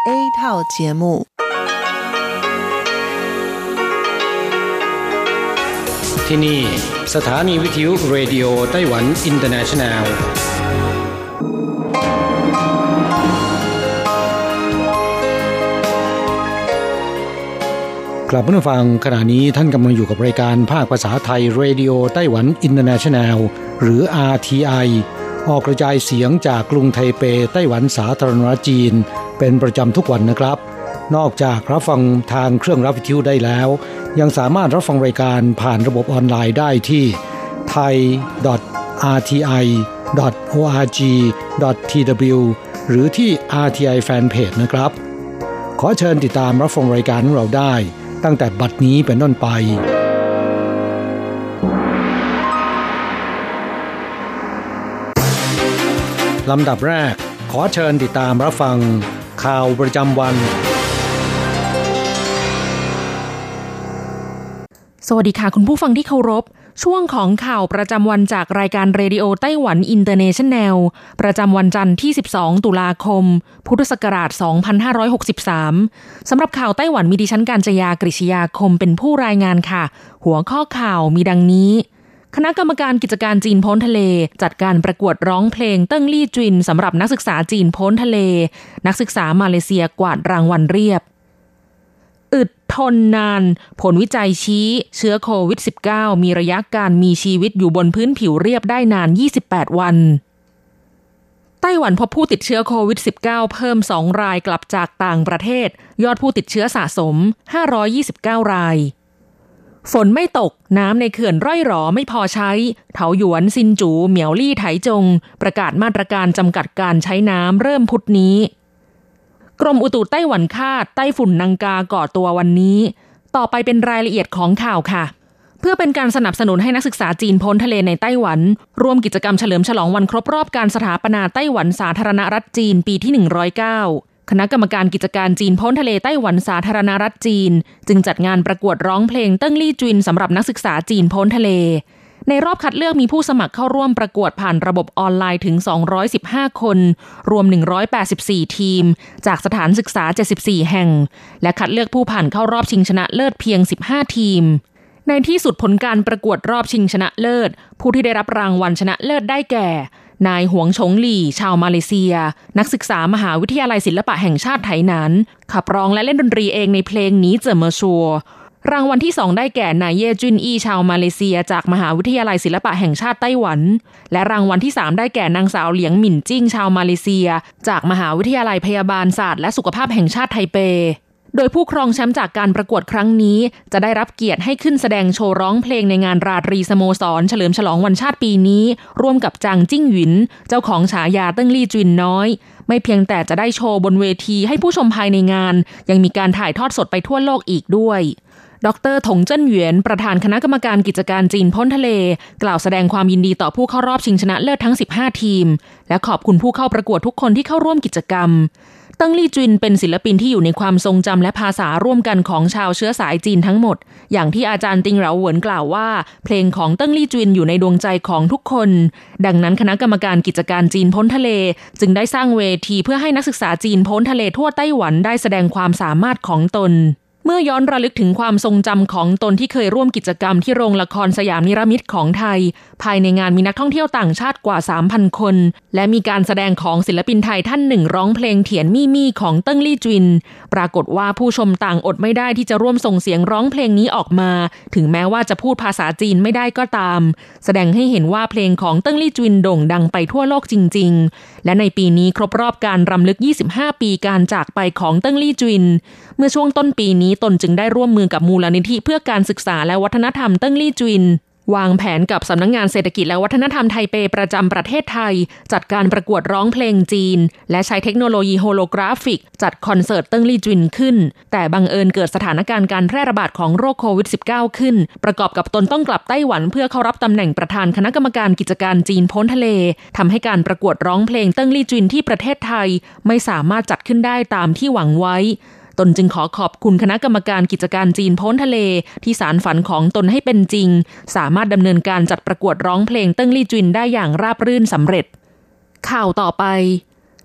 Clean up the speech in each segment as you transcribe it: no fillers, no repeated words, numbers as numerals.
A 套节目。 ที่นี่สถานีวิทยุเรดิโอไต้หวันอินเตอร์เนชั่นแนลกลับมาฟังขณะนี้ท่านกำลังอยู่กับรายการภาคภาษาไทยเรดิโอไต้หวันอินเตอร์เนชั่นแนลหรือ RTI ออกกระจายเสียงจากกรุงไทเปไต้หวันสาธารณรัฐจีนเป็นประจำทุกวันนะครับนอกจากรับฟังทางเครื่องรับวิทยุได้แล้วยังสามารถรับฟังรายการผ่านระบบออนไลน์ได้ที่ thai.rti.org.tw หรือที่ RTI Fanpage นะครับขอเชิญติดตามรับฟังรายการของเราได้ตั้งแต่บัดนี้เป็นต้นไปลำดับแรกขอเชิญติดตามรับฟังข่าวประจำวันสวัสดีค่ะคุณผู้ฟังที่เคารพช่วงของข่าวประจำวันจากรายการเรดิโอไต้หวันอินเตอร์เนชั่นแนลประจำวันจันทร์ที่12ตุลาคมพุทธศักราช2563สำหรับข่าวไต้หวันมีดิฉันกาญจยากฤษยาคมเป็นผู้รายงานค่ะหัวข้อข่าวมีดังนี้คณะกรรมการกิจการจีนพ้นทะเลจัดการประกวดร้องเพลงเติ้งลี่จินสำหรับนักศึกษาจีนพ้นทะเลนักศึกษามาเลเซียกวาดรางวัลเรียบอึดทนนานผลวิจัยชี้เชื้อโควิด -19 มีระยะการมีชีวิตอยู่บนพื้นผิวเรียบได้นาน28วันไต้หวันพบผู้ติดเชื้อโควิด -19 เพิ่ม2รายกลับจากต่างประเทศยอดผู้ติดเชื้อสะสม529รายฝนไม่ตกน้ำในเขื่อนร่อยหรอไม่พอใช้เถาหยวนซินจูเหมียวลี่ไถจงประกาศมาตรการจำกัดการใช้น้ำเริ่มพุธนี้กรมอุตุไต้หวันคาดไต้ฝุ่นนังกาก่อตัววันนี้ต่อไปเป็นรายละเอียดของข่าวค่ะเพื่อเป็นการสนับสนุนให้นักศึกษาจีนพ้นทะเลในไต้หวันร่วมกิจกรรมเฉลิมฉลองวันครบรอบการสถาปนาไต้หวันสาธารณรัฐจีนปีที่109คณะกรรมการกิจการจีนพ้นทะเลไต้หวันสาธารณรัฐจีนจึงจัดงานประกวดร้องเพลงเติ้งลี่จินสำหรับนักศึกษาจีนพ้นทะเลในรอบคัดเลือกมีผู้สมัครเข้าร่วมประกวดผ่านระบบออนไลน์ถึง215คนรวม184ทีมจากสถานศึกษา74แห่งและคัดเลือกผู้ผ่านเข้ารอบชิงชนะเลิศเพียง15ทีมในที่สุดผลการประกวดรอบชิงชนะเลิศผู้ที่ได้รับรางวัลชนะเลิศได้แก่นายหวงชงหลี่ชาวมาเลเซียนักศึกษามหาวิทยาลัยศิลปะแห่งชาติไถหนานขับร้องและเล่นดนตรีเองในเพลงนี้เจ๋อเมอชัวรางวัลที่2ได้แก่นายเย่จุนอี้ชาวมาเลเซียจากมหาวิทยาลัยศิลปะแห่งชาติไต้หวันและรางวัลที่3ได้แก่นางสาวเหลียงหมิ่นจิ้งชาวมาเลเซียจากมหาวิทยาลัยพยาบาลศาสตร์และสุขภาพแห่งชาติไทเปโดยผู้ครองแชมป์จากการประกวดครั้งนี้จะได้รับเกียรติให้ขึ้นแสดงโชว์ร้องเพลงในงานราตรีสโมสรเฉลิมฉลองวันชาติปีนี้ร่วมกับจางจิ้งหวินเจ้าของฉายาเติ้งลี่จินน้อยไม่เพียงแต่จะได้โชว์บนเวทีให้ผู้ชมภายในงานยังมีการถ่ายทอดสดไปทั่วโลกอีกด้วยดร.ถงเจิ้นเหวียนประธานคณะกรรมการกิจการจีนพ้นทะเลกล่าวแสดงความยินดีต่อผู้เข้ารอบชิงชนะเลิศทั้ง15ทีมและขอบคุณผู้เข้าประกวดทุกคนที่เข้าร่วมกิจกรรมเติ้งลี่จินเป็นศิลปินที่อยู่ในความทรงจำและภาษาร่วมกันของชาวเชื้อสายจีนทั้งหมดอย่างที่อาจารย์ติงเหลาเหวินกล่าวว่าเพลงของเติ้งลี่จินอยู่ในดวงใจของทุกคนดังนั้นคณะกรรมการกิจการจีนพ้นทะเลจึงได้สร้างเวทีเพื่อให้นักศึกษาจีนพ้นทะเลทั่วไต้หวันได้แสดงความสามารถของตนเมื่อย้อนระลึกถึงความทรงจำของตนที่เคยร่วมกิจกรรมที่โรงละครสยามนิรมิตของไทยภายในงานมีนักท่องเที่ยวต่างชาติกว่า 3,000 คนและมีการแสดงของศิลปินไทยท่านหนึ่งร้องเพลงเถียนมี่มี่ของเติ้งลี่จินปรากฏว่าผู้ชมต่างอดไม่ได้ที่จะร่วมส่งเสียงร้องเพลงนี้ออกมาถึงแม้ว่าจะพูดภาษาจีนไม่ได้ก็ตามแสดงให้เห็นว่าเพลงของเติ้งลี่จินโด่งดังไปทั่วโลกจริงๆและในปีนี้ครบรอบการรำลึก25ปีการจากไปของเติ้งลี่จินเมื่อช่วงต้นปีนี้ตนจึงได้ร่วมมือกับมูลนิธิเพื่อการศึกษาและวัฒนธรรมเติ้งลี่จินวางแผนกับสำนักงานเศรษฐกิจและวัฒนธรรมไทเปประจำประเทศไทยจัดการประกวดร้องเพลงจีนและใช้เทคโนโลยีโฮโลกราฟิกจัดคอนเสิร์ตเติ้งลี่จินขึ้นแต่บังเอิญเกิดสถานการณ์การแพร่ระบาดของโรคโควิด -19 ขึ้นประกอบกับตนต้องกลับไต้หวันเพื่อเข้ารับตำแหน่งประธานคณะกรรมการกิจการจีนพ้นทะเลทำให้การประกวดร้องเพลงเติ้งลี่จินที่ประเทศไทยไม่สามารถจัดขึ้นได้ตามที่หวังไว้ตนจึงขอขอบคุณคณะกรรมการกิจการจีนพ้นทะเลที่สานฝันของตนให้เป็นจริงสามารถดำเนินการจัดประกวดร้องเพลงเติ้งลี่จินได้อย่างราบรื่นสำเร็จข่าวต่อไป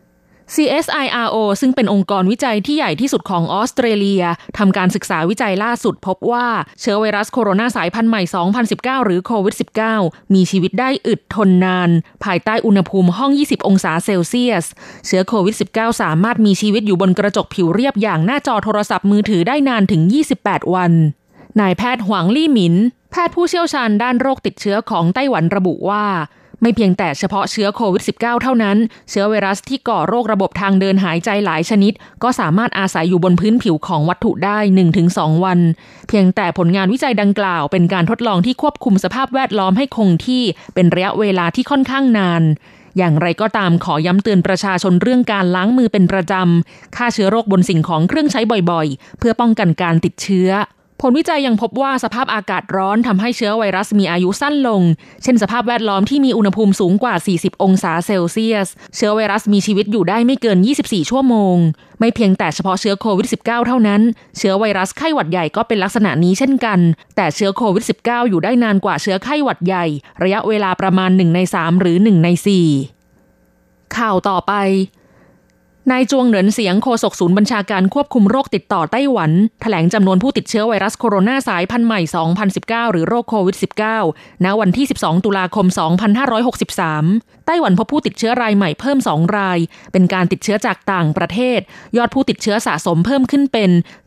CSIRO ซึ่งเป็นองค์กรวิจัยที่ใหญ่ที่สุดของออสเตรเลียทำการศึกษาวิจัยล่าสุดพบว่าเชื้อไวรัสโคโรนาสายพันธุ์ใหม่ 2019 หรือโควิด -19 มีชีวิตได้อึดทนนานภายใต้อุณหภูมิห้อง 20 องศาเซลเซียสเชื้อโควิด -19 สามารถมีชีวิตอยู่บนกระจกผิวเรียบอย่างหน้าจอโทรศัพท์มือถือได้นานถึง 28 วันนายแพทย์หวังลี่หมินแพทย์ผู้เชี่ยวชาญด้านโรคติดเชื้อของไต้หวันระบุว่าไม่เพียงแต่เฉพาะเชื้อโควิด -19 เท่านั้นเชื้อไวรัสที่ก่อโรคระบบทางเดินหายใจหลายชนิดก็สามารถอาศัยอยู่บนพื้นผิวของวัตถุได้ 1-2 วันเพียงแต่ผลงานวิจัยดังกล่าวเป็นการทดลองที่ควบคุมสภาพแวดล้อมให้คงที่เป็นระยะเวลาที่ค่อนข้างนานอย่างไรก็ตามขอย้ำเตือนประชาชนเรื่องการล้างมือเป็นประจำฆ่าเชื้อโรคบนสิ่งของเครื่องใช้บ่อยๆเพื่อป้องกันการติดเชื้อผลวิจัยยังพบว่าสภาพอากาศร้อนทำให้เชื้อไวรัสมีอายุสั้นลงเช่นสภาพแวดล้อมที่มีอุณหภูมิสูงกว่า 40 องศาเซลเซียสเชื้อไวรัสมีชีวิตอยู่ได้ไม่เกิน 24 ชั่วโมงไม่เพียงแต่เฉพาะเชื้อโควิด -19 เท่านั้นเชื้อไวรัสไข้หวัดใหญ่ก็เป็นลักษณะนี้เช่นกันแต่เชื้อโควิด -19 อยู่ได้นานกว่าเชื้อไข้หวัดใหญ่ระยะเวลาประมาณ 1/3 หรือ 1/4 ข่าวต่อไปนายจวงเหรินเสียงโฆษกศูนย์บัญชาการควบคุมโรคติดต่อไต้หวันแถลงจำนวนผู้ติดเชื้อไวรัสโคโรนาสายพันธุ์ใหม่ 2019 หรือโรคโควิด -19 ณ วันที่ 12 ตุลาคม 2563 ไต้หวันพบผู้ติดเชื้อรายใหม่เพิ่ม 2 รายเป็นการติดเชื้อจากต่างประเทศยอดผู้ติดเชื้อสะสมเพิ่มขึ้นเป็น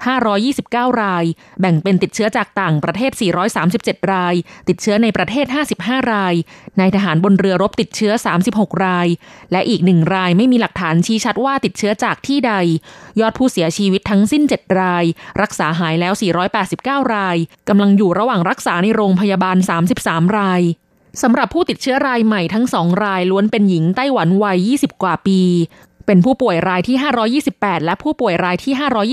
529 รายแบ่งเป็นติดเชื้อจากต่างประเทศ 437 รายติดเชื้อในประเทศ 55 รายนายทหารบนเรือรบติดเชื้อ 36 รายและอีก 1 รายไม่มีหลักฐานชี้ชัดว่าติดเชื้อจากที่ใดยอดผู้เสียชีวิตทั้งสิ้น 7 รายรักษาหายแล้ว 489 รายกำลังอยู่ระหว่างรักษาในโรงพยาบาล 33 รายสำหรับผู้ติดเชื้อรายใหม่ทั้ง2รายล้วนเป็นหญิงไต้หวันวัย 20 กว่าปีเป็นผู้ป่วยรายที่ 528 และผู้ป่วยรายที่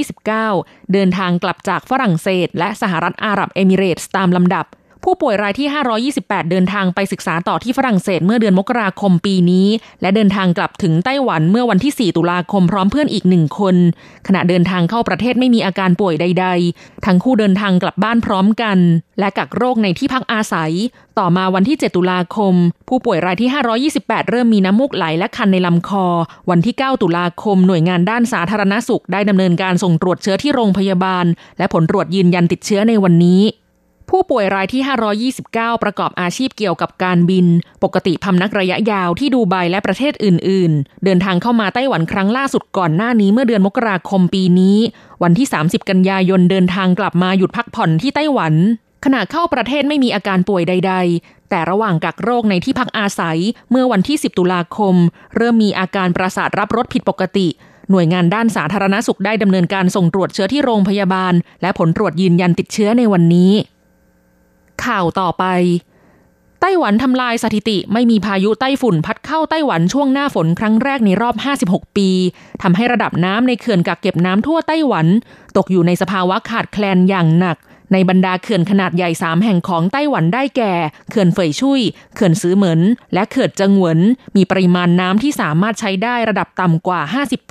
529 เดินทางกลับจากฝรั่งเศสและสหรัฐอาหรับเอมิเรตส์ตามลำดับผู้ป่วยรายที่ 528 เดินทางไปศึกษาต่อที่ฝรั่งเศสเมื่อเดือนมกราคมปีนี้และเดินทางกลับถึงไต้หวันเมื่อวันที่ 4 ตุลาคมพร้อมเพื่อนอีก1คนขณะเดินทางเข้าประเทศไม่มีอาการป่วยใดๆทั้งคู่เดินทางกลับบ้านพร้อมกันและกักโรคในที่พักอาศัยต่อมาวันที่ 7 ตุลาคมผู้ป่วยรายที่ 528 เริ่มมีน้ำมูกไหลและคันในลำคอวันที่ 9 ตุลาคมหน่วยงานด้านสาธารณสุขได้ดำเนินการส่งตรวจเชื้อที่โรงพยาบาลและผลตรวจยืนยันติดเชื้อในวันนี้ผู้ป่วยรายที่ 529 ประกอบอาชีพเกี่ยวกับการบินปกติพำนักระยะยาวที่ดูไบและประเทศอื่นๆเดินทางเข้ามาไต้หวันครั้งล่าสุดก่อนหน้านี้เมื่อเดือนมกราคมปีนี้วันที่ 30 กันยายนเดินทางกลับมาหยุดพักผ่อนที่ไต้หวันขณะเข้าประเทศไม่มีอาการป่วยใดๆแต่ระหว่างกักโรคในที่พักอาศัยเมื่อวันที่ 10 ตุลาคมเริ่มมีอาการประสาทรับรสผิดปกติหน่วยงานด้านสาธารณสุขได้ดำเนินการส่งตรวจเชื้อที่โรงพยาบาลและผลตรวจยืนยันติดเชื้อในวันนี้ข่าวต่อไปไต้หวันทำลายสถิติไม่มีพายุไต้ฝุ่นพัดเข้าไต้หวันช่วงหน้าฝนครั้งแรกในรอบ56ปีทำให้ระดับน้ำในเขื่อนกักเก็บน้ำทั่วไต้หวันตกอยู่ในสภาวะขาดแคลนอย่างหนักในบรรดาเขื่อนขนาดใหญ่3แห่งของไต้หวันได้แก่เขื่อนเฟยชุยเขื่อนซือเหมินและเขื่อนเจิงหวนมีปริมาณน้ำที่สามารถใช้ได้ระดับต่ำกว่า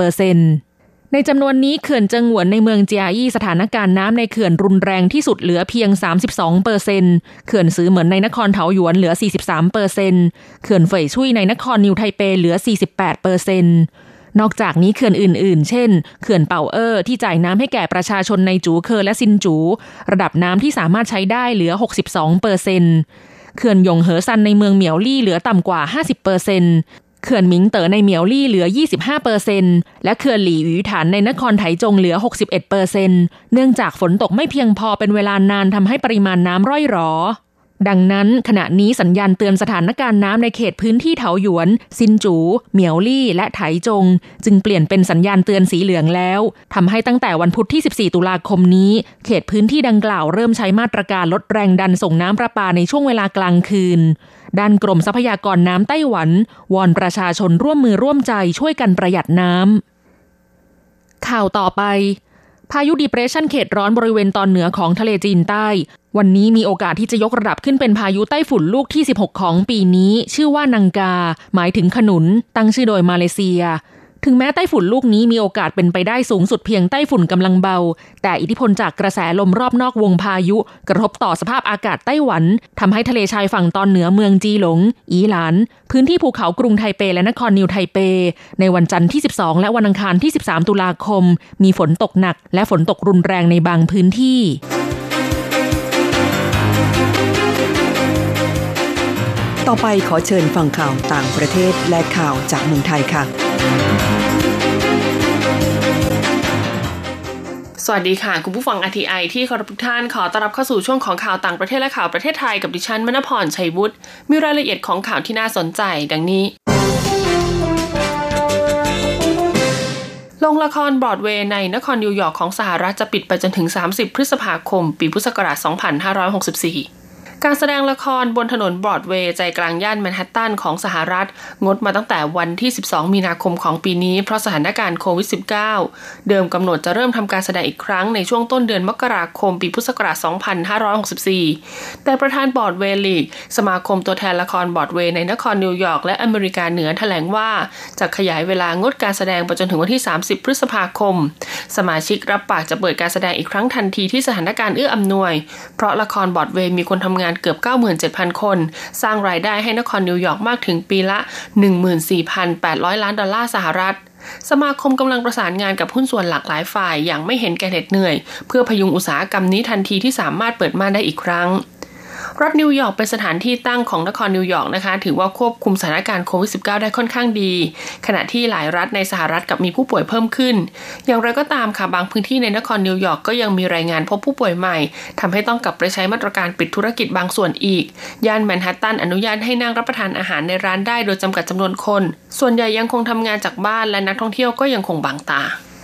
50%ในจำนวนนี้เขื่อนเจิงหวนในเมืองเจียอี้สถานการณ์น้ำในเขื่อนรุนแรงที่สุดเหลือเพียง 32%เขื่อนซือเหมินในนครเถาหยวนเหลือ 43%เขื่อนเฟยชุยในนครนิวไทเปเหลือ 48%นอกจากนี้เขื่อนอื่นๆเช่นเขื่อนเป่าเอ้อที่จ่ายน้ำให้แก่ประชาชนในจูเคอและซินจูระดับน้ำที่สามารถใช้ได้เหลือ 62%เขื่อนหยงเหอซันในเมืองเหมียวลี่เหลือต่ำกว่า 50%เขื่อนหมิงเต๋อในเหมียวลี่เหลือ 25% และเขื่อนหลี่หวีฐานในนครไถจงเหลือ 61% เนื่องจากฝนตกไม่เพียงพอเป็นเวลานานทำให้ปริมาณน้ำร่อยหรอดังนั้นขณะนี้สัญญาณเตือนสถานการณ์น้ำในเขตพื้นที่เถาหยวนซินจูเหมียวลี่และไถจงจึงเปลี่ยนเป็นสัญญาณเตือนสีเหลืองแล้วทำให้ตั้งแต่วันพุธที่ 14 ตุลาคมนี้เขตพื้นที่ดังกล่าวเริ่มใช้มาตรการลดแรงดันส่งน้ำประปาในช่วงเวลากลางคืนด้านกรมทรัพยากรน้ำไต้หวันวอนประชาชนร่วมมือร่วมใจช่วยกันประหยัดน้ำข่าวต่อไปพายุ Depression เขตร้อนบริเวณตอนเหนือของทะเลจีนใต้วันนี้มีโอกาสที่จะยกระดับขึ้นเป็นพายุไต้ฝุ่นลูกที่16ของปีนี้ชื่อว่านังกาหมายถึงขนุนตั้งชื่อโดยมาเลเซียถึงแม้ไต้ฝุ่นลูกนี้มีโอกาสเป็นไปได้สูงสุดเพียงไต้ฝุ่นกำลังเบาแต่อิทธิพลจากกระแสลมรอบนอกวงพายุกระทบต่อสภาพอากาศไต้หวันทำให้ทะเลชายฝั่งตอนเหนือเมืองจีหลงอีหลานพื้นที่ภูเขากรุงไทเปและนครนิวไทเปในวันจันทร์ที่12และวันอังคารที่13ตุลาคมมีฝนตกหนักและฝนตกรุนแรงในบางพื้นที่ต่อไปขอเชิญฟังข่าวต่างประเทศและข่าวจากเมืองไทยค่ะสวัสดีค่ะคุณผู้ฟัง RTI ที่เคารพทุกท่านขอต้อนรับเข้าสู่ช่วงของข่าวต่างประเทศและข่าวประเทศไทยกับดิฉันมณพรชัยวุฒิมีรายละเอียดของข่าวที่น่าสนใจดังนี้โรงละครบรอดเวย์ในนครนิวยอร์กของสหรัฐจะปิดไปจนถึง30พฤษภาคมปีพุทธศักราช2564การแสดงละครบนถนนบรอดเวย์ใจกลางย่านแมนฮัตตันของสหรัฐงดมาตั้งแต่วันที่12มีนาคมของปีนี้เพราะสถานการณ์โควิด -19 เดิมกำหนดจะเริ่มทำการแสดงอีกครั้งในช่วงต้นเดือนมกราคมปีพุทธศักราช2564แต่ประธานบรอดเวย์ลีกสมาคมตัวแทนละครบรอดเวย์ในนครนิวยอร์กและอเมริกาเหนือแถลงว่าจะขยายเวลางดการแสดงไปจนถึงวันที่30พฤษภาคมสมาชิกรับปากจะเปิดการแสดงอีกครั้งทันทีที่สถานการณ์เอื้ออำนวยเพราะละครบรอดเวย์มีคนทำงานเกือบ 97,000 คนสร้างรายได้ให้นครนิวยอร์กมากถึงปีละ 14,800 ล้านดอลลาร์สหรัฐสมาคมกำลังประสานงานกับหุ้นส่วนหลากหลายฝ่ายอย่างไม่เห็นแก่เหน็ดเหนื่อยเพื่อพยุงอุตสาหกรรมนี้ทันทีที่สามารถเปิดม่านได้อีกครั้งรัฐนิวยอร์กเป็นสถานที่ตั้งของนครนิวยอร์กนะคะถือว่าควบคุมสถานการณ์โควิด -19 ได้ค่อนข้างดีขณะที่หลายรัฐในสหรัฐกับมีผู้ป่วยเพิ่มขึ้นอย่างไรก็ตามค่ะบางพื้นที่ในนครนิวยอร์กก็ยังมีรายงานพบผู้ป่วยใหม่ทำให้ต้องกลับไปใช้มาตรการปิดธุรกิจบางส่วนอีกย่านแมนฮัตตันอนุญาตให้นั่งรับประทานอาหารในร้านได้โดยจำกัดจำนวนคนส่วนใหญ่ยังคงทำงานจากบ้านและนักท่องเที่ยวก็ยังคงบังตา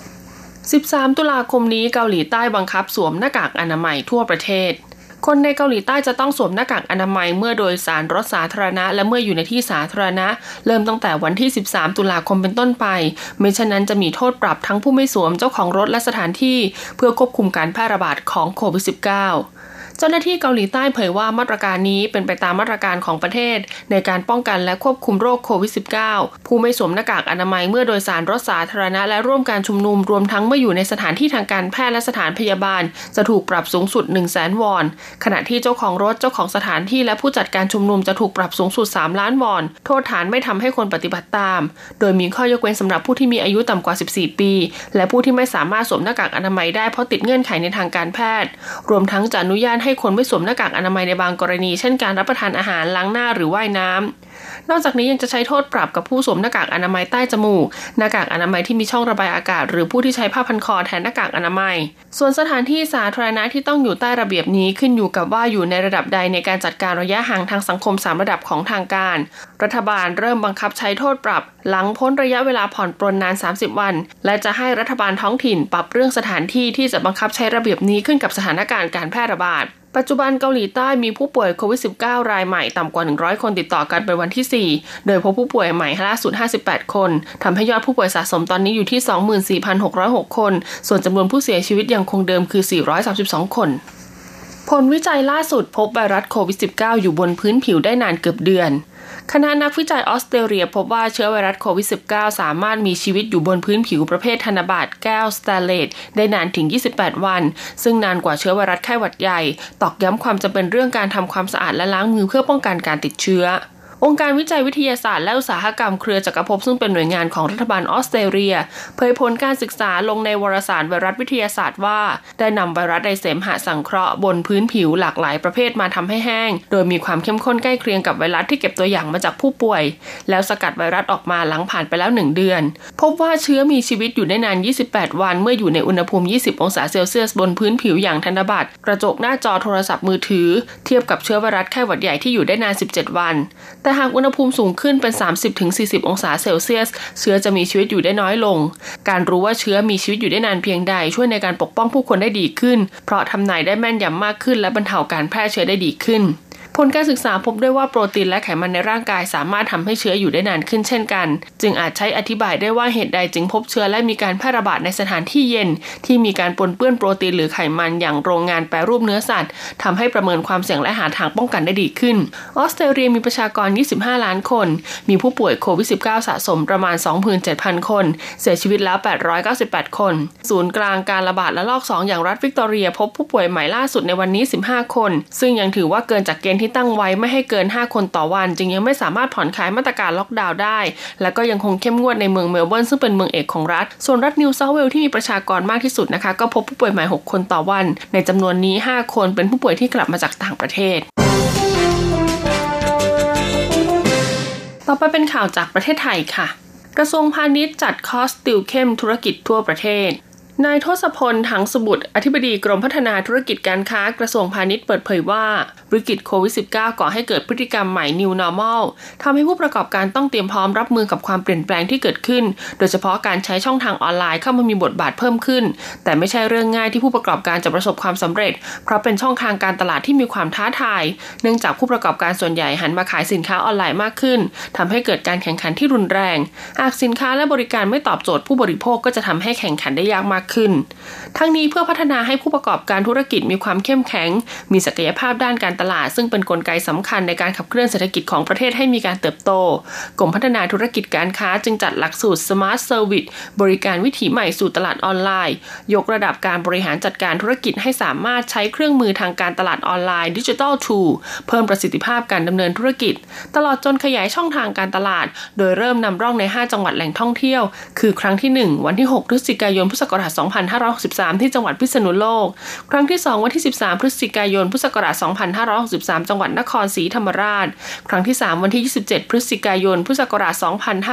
13ตุลาคมนี้เกาหลีใต้บังคับสวมหน้ากากอนามัยทั่วประเทศคนในเกาหลีใต้จะต้องสวมหน้ากากอนามัยเมื่อโดยสารรถสาธารณะและเมื่ออยู่ในที่สาธารณะเริ่มตั้งแต่วันที่13ตุลาคมเป็นต้นไปไม่ฉะนั้นจะมีโทษปรับทั้งผู้ไม่สวมเจ้าของรถและสถานที่เพื่อควบคุมการแพร่ระบาดของโควิด -19เจ้าหน้าที่เกาหลีใต้เผยว่ามาตรการนี้เป็นไปตามมาตรการของประเทศในการป้องกันและควบคุมโรคโควิด -19 ผู้ไม่สวมหน้ากากอนามัยเมื่อโดยสารรถสาธารณะและร่วมการชุมนุมรวมทั้งเมื่ออยู่ในสถานที่ทางการแพทย์และสถานพยาบาลจะถูกปรับสูงสุด 100,000 วอนขณะที่เจ้าของรถเจ้าของสถานที่และผู้จัดการชุมนุมจะถูกปรับสูงสุด3ล้านวอนโทษฐานไม่ทำให้คนปฏิบัติตามโดยมีข้อยกเว้นสำหรับผู้ที่มีอายุต่ำกว่า14ปีและผู้ที่ไม่สามารถสวมหน้ากากอนามัยได้เพราะติดเงื่อนไขในทางการแพทย์รวมทั้งจะอนุญาตให้คนไม่สวมหน้ากากอนามัยในบางกรณีเช่นการรับประทานอาหารล้างหน้าหรือว่ายน้ำนอกจากนี้ยังจะใช้โทษปรับกับผู้สวมหน้ากากอนามัยใต้จมูกหน้ากากอนามัยที่มีช่องระบายอากาศหรือผู้ที่ใช้ผ้าพันคอแทนหน้ากากอนามัยส่วนสถานที่สาธารณะที่ต้องอยู่ใต้ระเบียบนี้ขึ้นอยู่กับว่าอยู่ในระดับใดในการจัดการระยะห่างทางสังคม3ระดับของทางการรัฐบาลเริ่มบังคับใช้โทษปรับหลังพ้นระยะเวลาผ่อนปรนนาน30วันและจะให้รัฐบาลท้องถิ่นปรับเรื่องสถานที่ที่จะบังคับใช้ระเบียบนี้ขึ้นกับสถานการณ์การแพร่ระบาดปัจจุบันเกาหลีใต้มีผู้ป่วยโควิด -19 รายใหม่ต่ำกว่า100คนติดต่อกันเป็นวันที่4โดยพบผู้ป่วยใหม่ล่าสุด58คนทำให้ยอดผู้ป่วยสะสมตอนนี้อยู่ที่ 24,606 คนส่วนจำนวนผู้เสียชีวิตยังคงเดิมคือ432คนผลวิจัยล่าสุดพบไวรัสโควิด -19 อยู่บนพื้นผิวได้นานเกือบเดือนคณะนักวิจัยออสเตรเลียพบว่าเชื้อไวรัสโควิด -19 สามารถมีชีวิตอยู่บนพื้นผิวประเภทธนบัตรแก้วสแตนเลสได้นานถึง28วันซึ่งนานกว่าเชื้อไวรัสไข้หวัดใหญ่ตอกย้ำความจำเป็นเรื่องการทำความสะอาดและล้างมือเพื่อป้องกันการติดเชื้อองค์การวิจัยวิทยาศาสตร์และอุตสาหกรรมเครือจักรภพซึ่งเป็นหน่วยงานของรัฐบาลออสเตรเลียเผยผลการศึกษาลงในวารสารไวรัสวิทยาศาสตร์ว่าได้นำไวรัสไดเสมหะสังเคราะห์บนพื้นผิวหลากหลายประเภทมาทำให้แห้งโดยมีความเข้มข้นใกล้เคียงกับไวรัสที่เก็บตัวอย่างมาจากผู้ป่วยแล้วสกัดไวรัสออกมาหลังผ่านไปแล้ว1เดือนพบว่าเชื้อมีชีวิตอยู่ได้นาน28วันเมื่ออยู่ในอุณหภูมิ20องศาเซลเซียสบนพื้นผิวอย่างธนบัตรกระจกหน้าจอโทรศัพท์มือถือเทียบกับเชื้อไวรัสไข้หวัดใหญ่ที่อยู่ได้นาน17วันแต่หากอุณหภูมิสูงขึ้นเป็น 30-40 องศาเซลเซียสเชื้อจะมีชีวิตอยู่ได้น้อยลงการรู้ว่าเชื้อมีชีวิตอยู่ได้นานเพียงใดช่วยในการปกป้องผู้คนได้ดีขึ้นเพราะทำนายได้แม่นยำมากขึ้นและบรรเทาการแพร่เชื้อได้ดีขึ้นผลการศึกษาพบด้วยว่าโปรตีนและไขมันในร่างกายสามารถทำให้เชื้ออยู่ได้นานขึ้นเช่นกันจึงอาจใช้อธิบายได้ว่าเหตุใดจึงพบเชื้อและมีการแพร่ระบาดในสถานที่เย็นที่มีการปนเปื้อนโปรตีนหรือไขมันอย่างโรงงานแปรรูปเนื้อสัตว์ทำให้ประเมินความเสี่ยงและหาทางป้องกันได้ดีขึ้นออสเตรเลียมีประชากร25ล้านคนมีผู้ป่วยโควิด -19 สะสมประมาณ 27,000 คนเสียชีวิตแล้ว898คนศูนย์กลางการระบาดระลอก2อย่างรัฐวิกตอเรียพบผู้ป่วยใหม่ล่าสุดในวันนี้15คนซึ่งยังถือว่าเกินจากเกณฑ์ที่ตั้งไว้ไม่ให้เกิน5คนต่อวันจึงยังไม่สามารถผ่อนคลายมาตรการล็อกดาวน์ได้และก็ยังคงเข้มงวดในเมืองเมลเบิร์นซึ่งเป็นเมืองเอกของรัฐส่วนรัฐนิวเซาท์เวลส์ที่มีประชากรมากที่สุดนะคะก็พบผู้ป่วยใหม่6คนต่อวันในจำนวนนี้5คนเป็นผู้ป่วยที่กลับมาจากต่างประเทศต่อไปเป็นข่าวจากประเทศไทยค่ะกระทรวงพาณิชย์จัดคอร์สติวเข้มธุรกิจทั่วประเทศนายทศพล ถังสมุทรอธิบดีกรมพัฒนาธุรกิจการค้ากระทรวงพาณิชย์เปิดเผยว่าวิกฤตโควิด -19 ก่อให้เกิดพฤติกรรมใหม่ New Normal ทำให้ผู้ประกอบการต้องเตรียมพร้อมรับมือกับความเปลี่ยนแปลงที่เกิดขึ้นโดยเฉพาะการใช้ช่องทางออนไลน์เข้ามามีบทบาทเพิ่มขึ้นแต่ไม่ใช่เรื่องง่ายที่ผู้ประกอบการจะประสบความสำเร็จเพราะเป็นช่องทางการตลาดที่มีความท้าทายเนื่องจากผู้ประกอบการส่วนใหญ่หันมาขายสินค้าออนไลน์มากขึ้นทำให้เกิดการแข่งขันที่รุนแรงหากสินค้าและบริการไม่ตอบโจทย์ผู้บริโภคก็จะทำให้แข่งขันได้ยากมากขึ้นทั้งนี้เพื่อพัฒนาให้ผู้ประกอบการธุรกิจมีความเข้มแข็งมีศักยภาพด้านการตลาดซึ่งเป็นกลไกสำคัญในการขับเคลื่อนเศรษฐกิจของประเทศให้มีการเติบโตกรมพัฒนาธุรกิจการค้าจึงจัดหลักสูตร Smart Service บริการวิถีใหม่สู่ตลาดออนไลน์ยกระดับการบริหารจัดการธุรกิจให้สามารถใช้เครื่องมือทางการตลาดออนไลน์ Digital Tool เพิ่มประสิทธิภาพการดำเนินธุรกิจตลอดจนขยายช่องทางการตลาดโดยเริ่มนำร่องใน5จังหวัดแหล่งท่องเที่ยวคือครั้งที่1วันที่6พฤศจิกายนพุทธศักราช2563ที่จังหวัดพิษณุโลกครั้งที่2วันที่13พฤศจิกายนพุทธศักราช2563จังหวัดนครศรีธรรมราชครั้งที่3วันที่27พฤศจิกายนพุทธศักราช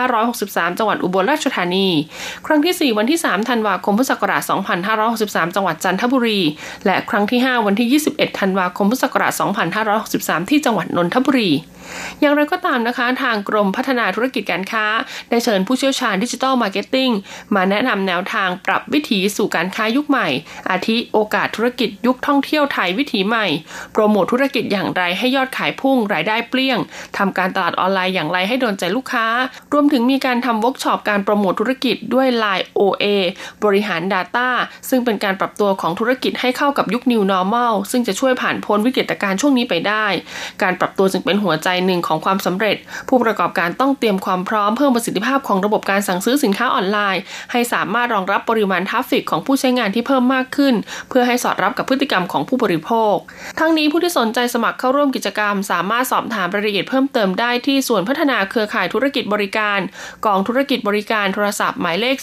2563จังหวัดอุบลราชธานีครั้งที่4วันที่3ธันวาคมพุทธศักราช2563จังหวัดจันทบุรีและครั้งที่5วันที่21ธันวาคมพุทธศักราช2563ที่จังหวัดนนทบุรีอย่างไรก็ตามนะคะทางกรมพัฒนาธุรกิจการค้าได้เชิญผู้เชี่ยวชาญดิจิทัลมาร์เก็ตติ้งมาแนะนำแนวทางปรับวิถีสู่การค้ายุคใหม่อาทิโอกาสธุรกิจยุคท่องเที่ยวไทยวิถีใหม่โปรโมทธุรกิจอย่างไรให้ยอดขายพุ่งรายได้เปรี้ยงทำการตลาดออนไลน์อย่างไรให้โดนใจลูกค้ารวมถึงมีการทำเวิร์กช็อปการโปรโมทธุรกิจด้วย LINE OA บริหาร Data ซึ่งเป็นการปรับตัวของธุรกิจให้เข้ากับยุค New Normal ซึ่งจะช่วยผ่านพ้นวิกฤตการณ์ช่วงนี้ไปได้การปรับตัวจึงเป็นหัวใจหนึ่งของความสำเร็จผู้ประกอบการต้องเตรียมความพร้อมเพิ่มประสิทธิภาพของระบบการสั่งซื้อสินค้าออนไลน์ให้สามารถรองรับปริมาณทราฟฟิกของผู้ใช้งานที่เพิ่มมากขึ้นเพื่อให้สอดรับกับพฤติกรรมของผู้บริโภคทั้งนี้ผู้ที่สนใจสมัครเข้าร่วมกิจกรรมสามารถสอบถามรายละเอียดเพิ่มเติมได้ที่ส่วนพัฒนาเครือข่ายธุรกิจบริการกองธุรกิจบริการโทรศัพท์หมายเลข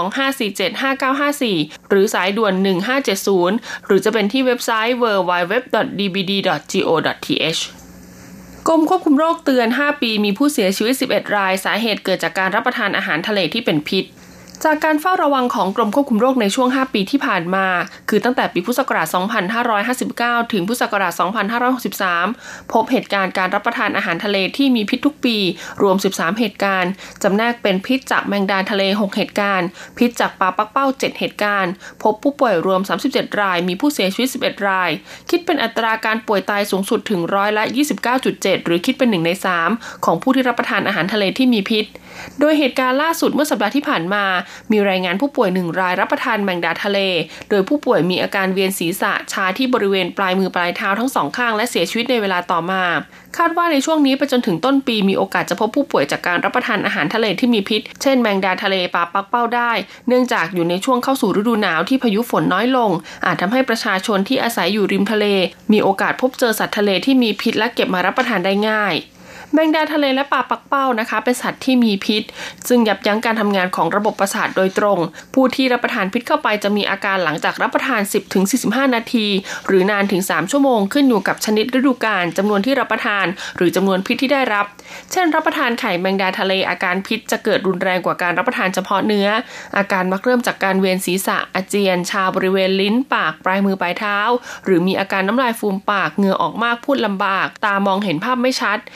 02-547-5954หรือสายด่วน1570หรือจะเป็นที่เว็บไซต์ www.dbd.go.thกรมควบคุมโรคเตือน5ปีมีผู้เสียชีวิต11รายสาเหตุเกิดจากการรับประทานอาหารทะเลที่เป็นพิษจากการเฝ้าระวังของกรมควบคุมโรคในช่วง5ปีที่ผ่านมาคือตั้งแต่ปีพุทธศักราช2559ถึงพุทธศักราช2563พบเหตุการณ์การรับประทานอาหารทะเลที่มีพิษทุกปีรวม13เหตุการณ์จำแนกเป็นพิษจากแมงดาทะเล6เหตุการณ์พิษจากปลาปักเป้า7เหตุการณ์พบผู้ป่วยรวม37รายมีผู้เสียชีวิต11รายคิดเป็นอัตราการป่วยตายสูงสุดถึง29.7%หรือคิดเป็น1ใน3ของผู้ที่รับประทานอาหารทะเลที่มีพิษโดยเหตุการณ์ล่าสุดเมื่อสัปดาห์ที่ผ่านมามีรายงานผู้ป่วย1รายรับประทานแมงดาทะเลโดยผู้ป่วยมีอาการเวียนศีรษะชาที่บริเวณปลายมือปลายเท้าทั้ง2ข้างและเสียชีวิตในเวลาต่อมาคาดว่าในช่วงนี้ไปจนถึงต้นปีมีโอกาสจะพบผู้ป่วยจากการรับประทานอาหารทะเลที่มีพิษเช่นแมงดาทะเลปลาปักเป้าได้เนื่องจากอยู่ในช่วงเข้าสู่ฤดูหนาวที่พายุฝนน้อยลงอาจทำให้ประชาชนที่อาศัยอยู่ริมทะเลมีโอกาสพบเจอสัตว์ทะเลที่มีพิษและเก็บมารับประทานได้ง่ายแมงดาทะเลและปลาปักเป้านะคะเป็นสัตว์ที่มีพิษซึ่งยับยั้งการทำงานของระบบประสาทโดยตรงผู้ที่รับประทานพิษเข้าไปจะมีอาการหลังจากรับประทาน 10-45 นาทีหรือนานถึง3ชั่วโมงขึ้นอยู่กับชนิดฤดูกาลจำนวนที่รับประทานหรือจำนวนพิษที่ได้รับเช่นรับประทานไข่แมงดาทะเลอาการพิษจะเกิดรุนแรงกว่าการรับประทานเฉพาะเนื้ออาการมักเริ่มจากการเวียนศีรษะอาเจียนชาบริเวณลิ้นปากปลายมือปลายเท้าหรือมีอาการน้ำลายฟูมปากเหงื่อออกมากพูดลำบากตามองเห็นภาพไม่ชัดในราย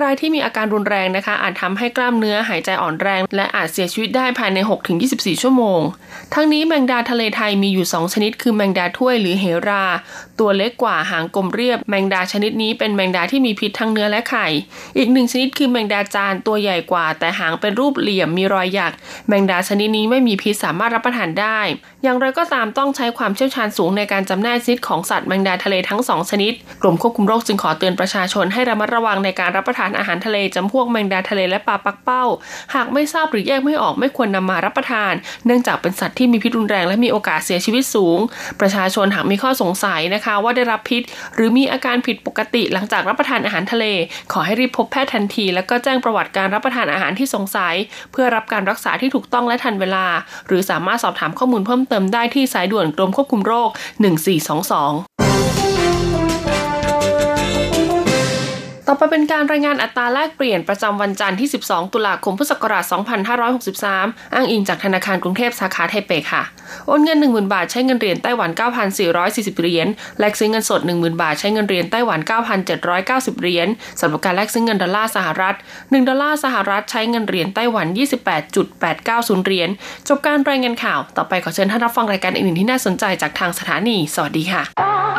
ายที่มีอาการรุนแรงนะคะอาจทำให้กล้ามเนื้อหายใจอ่อนแรงและอาจเสียชีวิตได้ภายใน 6-24 ชั่วโมงทั้งนี้แมงดาทะเลไทยมีอยู่2ชนิดคือแมงดาถ้วยหรือเหราตัวเล็กกว่าหางกลมเรียบแมงดาชนิดนี้เป็นแมงดาที่มีพิษทั้งเนื้อและไข่อีก1ชนิดคือแมงดาจานตัวใหญ่กว่าแต่หางเป็นรูปเหลี่ยมมีรอยหยักแมงดาชนิดนี้ไม่มีพิษสามารถรับประทานได้อย่างไรก็ตามต้องใช้ความเชี่ยวชาญสูงในการจำแนกชนิดของสัตว์แมงดาทะเลทั้ง2ชนิดกรมควบคุมโรคจึงขอเตือนประชาชนให้ระมัดระวังในการรับประทานอาหารทะเลจำพวกแมงดาทะเลและปลาปักเป้าหากไม่ทราบหรือแยกไม่ออกไม่ควรนำมารับประทานเนื่องจากเป็นสัตว์ที่มีพิษรุนแรงและมีโอกาสเสียชีวิตสูงประชาชนหากมีข้อสงสัยนะคะว่าได้รับพิษหรือมีอาการผิดปกติหลังจากรับประทานอาหารทะเลขอให้รีบพบแพทย์ทันทีแล้วก็แจ้งประวัติการรับประทานอาหารที่สงสัยเพื่อรับการรักษาที่ถูกต้องและทันเวลาหรือสามารถสอบถามข้อมูลเพิ่มเติมได้ที่สายด่วนกรมควบคุมโรค1422ต่อไปเป็นการรายงานอัตราแลกเปลี่ยนประจำวันจันทร์ที่12ตุลาคมพุทธศักราช2563อ้างอิงจากธนาคารกรุงเทพสาขาไทเปค่ะโอนเงิน 10,000 บาทใช้เงินเหรียญไต้หวัน 9,440 เหรียญแลกซื้อเงินสด 10,000 บาทใช้เงินเหรียญไต้หวัน 9,790 เหรียญสำหรับการแลกซื้อเงินดอลลาร์สหรัฐ1ดอลลาร์สหรัฐใช้เงินเหรียญไต้หวัน 28.890 เหรียญจบการรายงานข่าวต่อไปขอเชิญท่านรับฟังรายการอื่นๆที่น่าสนใจจากทางสถานีสวัสดีค่ะ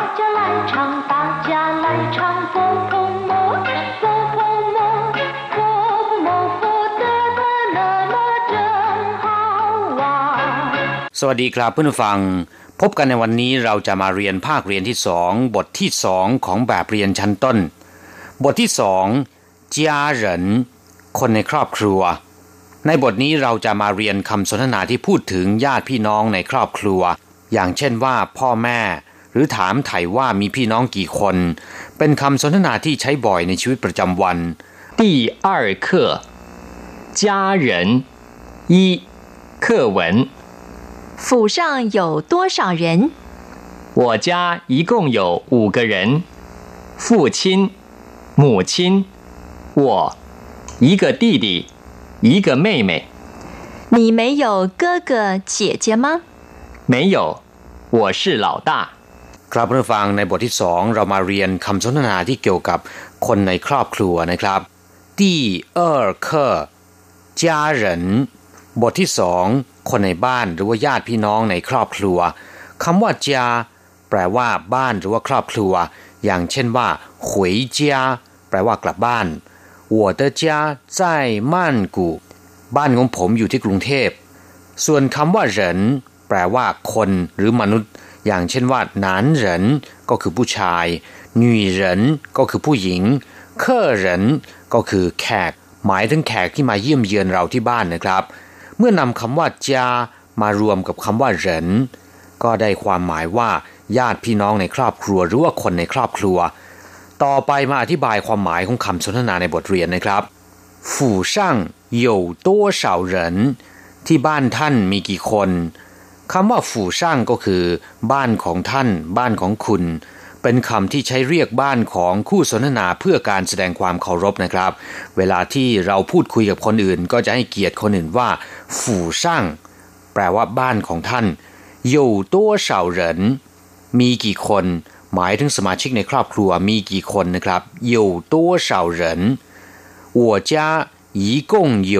สวัสดีครับเพื่อนผู้ฟังพบกันในวันนี้เราจะมาเรียนภาคเรียนที่2บทที่2ของแบบเรียนชั้นต้นบทที่2家人คนในครอบครัวในบทนี้เราจะมาเรียนคำสนทนาที่พูดถึงญาติพี่น้องในครอบครัวอย่างเช่นว่าพ่อแม่หรือถามไถ่ว่ามีพี่น้องกี่คนเป็นคำสนทนาที่ใช้บ่อยในชีวิตประจำวัน第二课家人一课文府上有多少人？ 我家一共有5个人，父亲、母亲，我，一个弟弟，一个妹妹。 你没有哥哥姐姐吗？ 没有，我是老大。 ครับเพื่อนฟังในบทที่2เรามาเรียนคำสนทนาที่เกี่ยวกับคนในครอบครัวนะครับ第二课家人บทที่2คนในบ้านหรือว่าญาติพี่น้องในครอบครัวคำว่า家แปลว่าบ้านหรือว่าครอบครัวอย่างเช่นว่า回家แปลว่ากลับบ้าน我的家在曼谷บ้านของผมอยู่ที่กรุงเทพส่วนคำว่าเหรินแปลว่าคนหรือมนุษย์อย่างเช่นว่าหนานเหรินก็คือผู้ชายหนุ่ยเหรินก็คือผู้หญิงเคอเหรินก็คือแขกหมายถึงแขกที่มาเยี่ยมเยือนเราที่บ้านนะครับเมื่อนำคำว่าจามารวมกับคำว่าเหรินก็ได้ความหมายว่าญาติพี่น้องในครอบครัวหรือว่าคนในครอบครัวต่อไปมาอธิบายความหมายของคำสนทนาในบทเรียนนะครับ府上有多少人ที่บ้านท่านมีกี่คนคำว่าฝูช่างก็คือบ้านของท่านบ้านของคุณเป็นคำที่ใช้เรียกบ้านของคู่สนทนาเพื่อการแสดงความเคารพนะครับเวลาที่เราพูดคุยกับคนอื่นก็จะให้เกียรติคนอื่นว่าฝูช่างแปลว่าบ้านของท่าน有多少人มีกี่คนหมายถึงสมาชิกในครอบครัวมีกี่คนนะครับ有多少人我家一共有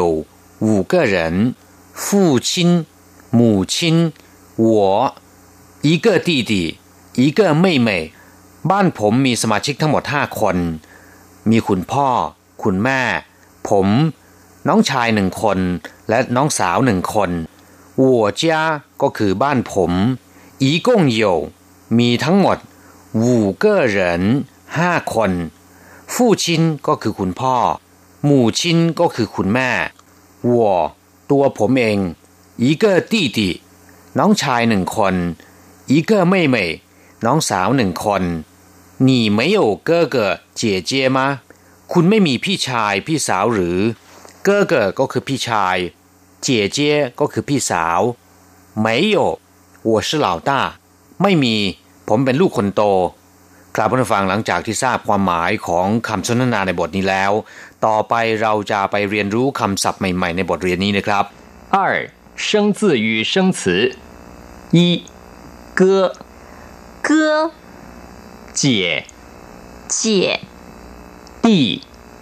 5个人父亲母亲我一个弟弟一个妹妹บ้านผมมีสมาชิกทั้งหมด5คนมีคุณพ่อคุณแม่ผมน้องชาย1คนและน้องสาว1คน我家ก็คือบ้านผม一共有มีทั้งหมด5个人5คน父亲ก็คือคุณพ่อ母亲ก็คือคุณแม่我ตัวผมเอง一个弟弟น้องชาย1คน一个妹妹น้องสาว1คน你没有哥哥姐姐吗คุณไม่มีพี่ชายพี่สาวหรือ哥哥ก็คือพี่ชาย姐姐ก็คือพี่สาว没有我是老大ไม่มีผมเป็นลูกคนโตครับผู้ฟังหลังจากที่ทราบความหมายของคำสนทนาในบทนี้แล้วต่อไปเราจะไปเรียนรู้คำศัพท์ใหม่ๆในบทเรียนนี้นะครับ 2生字与生词一哥哥姐姐弟弟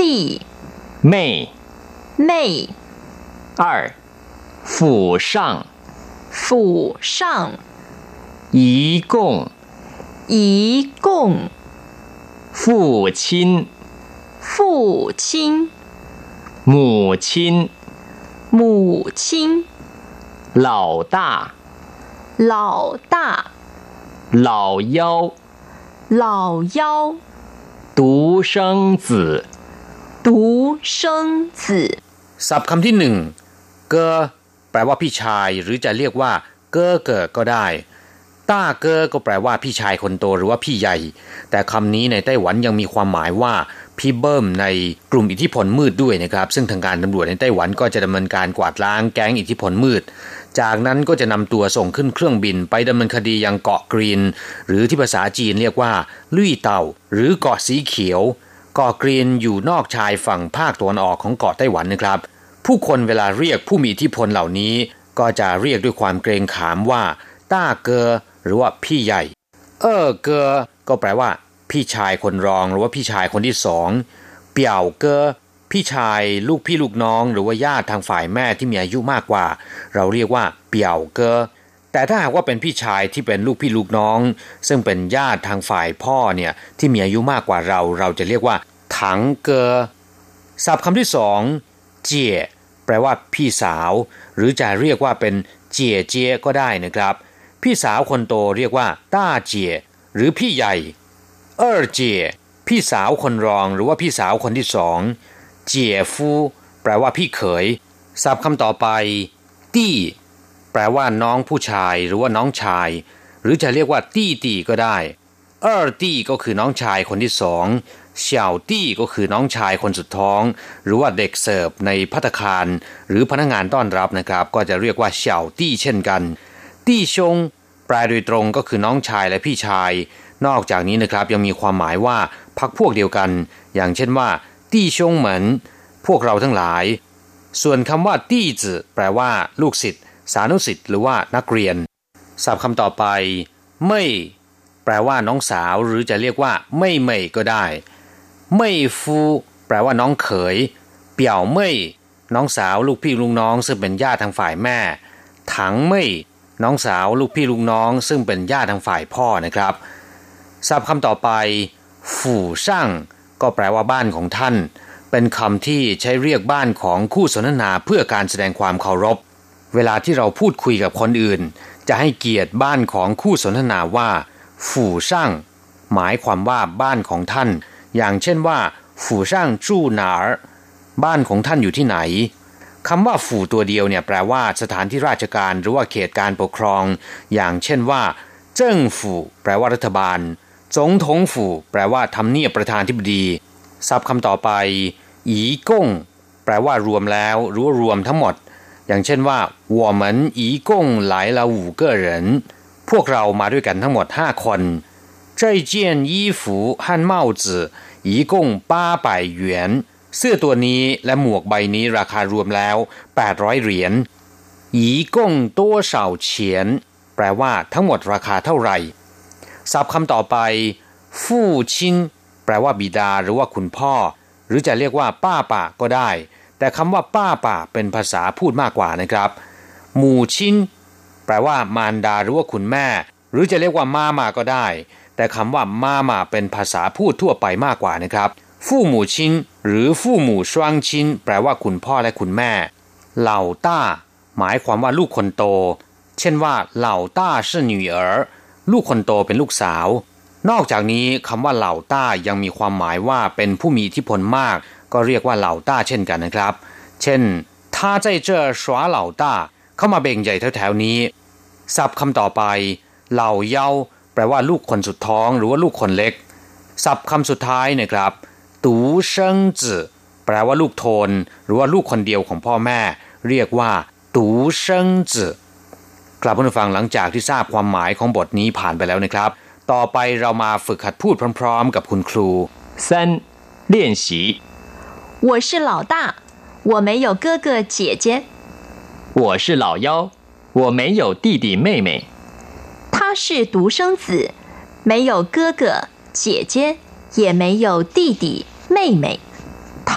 弟妹妹二府上府上一共一共父亲父亲母亲母亲老大老大老幺老幺独生子独生子ศัพท์คำที่หนึ่งเกอแปลว่าพี่ชายหรือจะเรียกว่าเกอเกิดก็ได้ต้าเกอก็แปลว่าพี่ชายคนโตหรือว่าพี่ใหญ่แต่คำนี้ในไต้หวันยังมีความหมายว่าพี่เบิ้มในกลุ่มอิทธิพลมืดด้วยนะครับซึ่งทางการตำรวจในไต้หวันก็จะดำเนินการกวาดล้างแก๊งอิทธิพลมืดจากนั้นก็จะนำตัวส่งขึ้นเครื่องบินไปดำเนินคดียังเกาะกรีนหรือที่ภาษาจีนเรียกว่าลุ่ยเต่าหรือเกาะสีเขียวเกาะกรีนอยู่นอกชายฝั่งภาคตะวันออกของเกาะไต้หวันนะครับผู้คนเวลาเรียกผู้มีอิทธิพลเหล่านี้ก็จะเรียกด้วยความเกรงขามว่าต้าเกอหรือว่าพี่ใหญ่เกอก็แปลว่าพี่ชายคนรองหรือว่าพี่ชายคนที่สองเปี่ยวเกอพี่ชายลูกพี่ลูกน้องหรือว่าญาติทางฝ่ายแม่ที่มีอายุมากกว่าเราเรียกว่าเปี่ยวเกอแต่ถ้าหากว่าเป็นพี่ชายที่เป็นลูกพี่ลูกน้องซึ่งเป็นญาติทางฝ่ายพ่อเนี่ยที่มีอายุมากกว่าเราจะเรียกว่าถังเกอศัพท์คำที่สองเจี๋ยแปลว่าพี่สาวหรือจะเรียกว่าเป็นเจี๋ยเจี๋ยก็ได้นะครับพี่สาวคนโตเรียกว่าต้าเจี๋ยหรือพี่ใหญ่เจี๋ยพี่สาวคนรองหรือว่าพี่สาวคนที่สองเจี๋ยฟูแปลว่าพี่เขยศัพท์คำต่อไปตี้แปลว่าน้องผู้ชายหรือว่าน้องชายหรือจะเรียกว่าตี้ตีก็ได้ตี้ก็คือน้องชายคนที่สองเสี่ยวตี้ก็คือน้องชายคนสุดท้องหรือว่าเด็กเสิร์ฟในภัตตาคารหรือพนักงานต้อนรับนะครับก็จะเรียกว่าเสี่ยวตี้เช่นกันตี้ชงแปลโดยตรงก็คือน้องชายและพี่ชายนอกจากนี้นะครับยังมีความหมายว่าพรรคพวกเดียวกันอย่างเช่นว่าตี้ชงเหมือนพวกเราทั้งหลายส่วนคำว่าตี้จื่อแปลว่าลูกศิษย์สานุศิษย์หรือว่านักเรียนศัพท์คำต่อไปเม่ยแปลว่าน้องสาวหรือจะเรียกว่าเม่ยเม่ยก็ได้เม่ยฟูแปลว่าน้องเขยเปี่ยวเม่ยน้องสาวลูกพี่ลูกน้องซึ่งเป็นญาติทางฝ่ายแม่ถังเม่ยน้องสาวลูกพี่ลูกน้องซึ่งเป็นญาติทางฝ่ายพ่อนะครับศัพท์คำต่อไปฝู่ช่างก็แปลว่าบ้านของท่านเป็นคำที่ใช้เรียกบ้านของคู่สนทนาเพื่อการแสดงความเคารพเวลาที่เราพูดคุยกับคนอื่นจะให้เกียรติบ้านของคู่สนทนาว่าฝู่ช่างหมายความว่าบ้านของท่านอย่างเช่นว่าฝู่ช่างจู้หนาบ้านของท่านอยู่ที่ไหนคำว่าฝู่ตัวเดียวเนี่ยแปลว่าสถานที่ราชการหรือว่าเขตการปกครองอย่างเช่นว่าเจิ้งฝู่แปลว่ารัฐบาลจงทงฝู่แปลว่าทำเนียบประธานธิบดีศัพท์คำต่อไปอีก้งแปลว่ารวมแล้วหรือว่ารวมทั้งหมดอย่างเช่นว่า我们一共来了5个人พวกเรามาด้วยกันทั้งหมด5คน这件衣服和帽子一共800元เสื้อตัวนี้และหมวกใบนี้ราคารวมแล้ว800เหรียญ一共多少钱แปลว่าทั้งหมดราคาเท่าไหร่ศัพท์คำต่อไปฟู่ชินแปลว่าบิดาหรือว่าคุณพ่อหรือจะเรียกว่าป้าป่าก็ได้แต่คำว่าป้าป่าเป็นภาษาพูดมากกว่านะครับหมู่ชินแปลว่ามารดาหรือว่าคุณแม่หรือจะเรียกว่าม่ามาก็ได้แต่คำว่าม่ามาเป็นภาษาพูดทั่วไปมากกว่านะครับฟู่หมู่ชินหรือฟู่หมู่ช่วงชินแปลว่าคุณพ่อและคุณแม่เหล่าต้าหมายความว่าลูกคนโตเช่นว่าเหล่าต้า是女儿ลูกคนโตเป็นลูกสาวนอกจากนี้คำว่าเหล่าต้ายังมีความหมายว่าเป็นผู้มีอิทธิพลมากก็เรียกว่าเหล่าต้าเช่นกันนะครับเช่น他在这耍老大เข้ามาเบ่งใหญ่แถวๆนี้ศัพท์คำต่อไปเหล่าเย้าแปลว่าลูกคนสุดท้องหรือว่าลูกคนเล็กศัพท์คำสุดท้ายนะครับตูเซิงจื่อแปลว่าลูกโทนหรือว่าลูกคนเดียวของพ่อแม่เรียกว่าตูเซิงจื่อกลับมาฟังหลังจากที่ทราบความหมายของบทนี้ผ่านไปแล้วนะครับต่อไปเรามาฝึกหัดพูดพร้อมๆกับคุณครู 3练习我是老大我没有哥哥姐姐我是老幺我没有弟弟妹妹他是独生子没有哥哥姐姐也没有弟弟妹妹他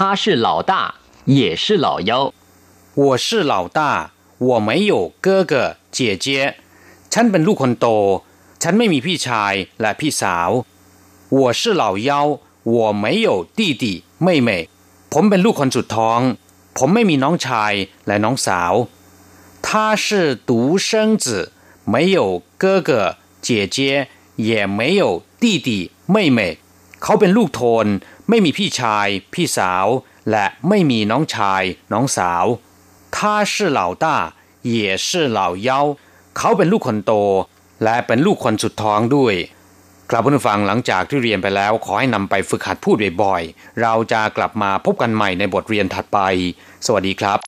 他是老大也是老幺我是老大我没有哥哥姐姐ฉันเป็นลูกคนโตฉันไม่มีพี่ชายและพี่สาว我是老幺我没有弟弟妹妹ผมเป็นลูกคนสุดท้องผมไม่มีน้องชายและน้องสาว他是独生子没有哥哥姐姐也没有弟弟妹妹เขาเป็นลูกโทนไม่มีพี่ชายพี่สาวและไม่มีน้องชายน้องสาว他是老大也是老幺เขาเป็นลูกคนโตและเป็นลูกคนสุดท้องด้วยครับผู้ฟังหลังจากที่เรียนไปแล้วขอให้นำไปฝึกหัดพูดบ่อยๆเราจะกลับมาพบกันใหม่ในบทเรียนถัดไปสวัสดีครับ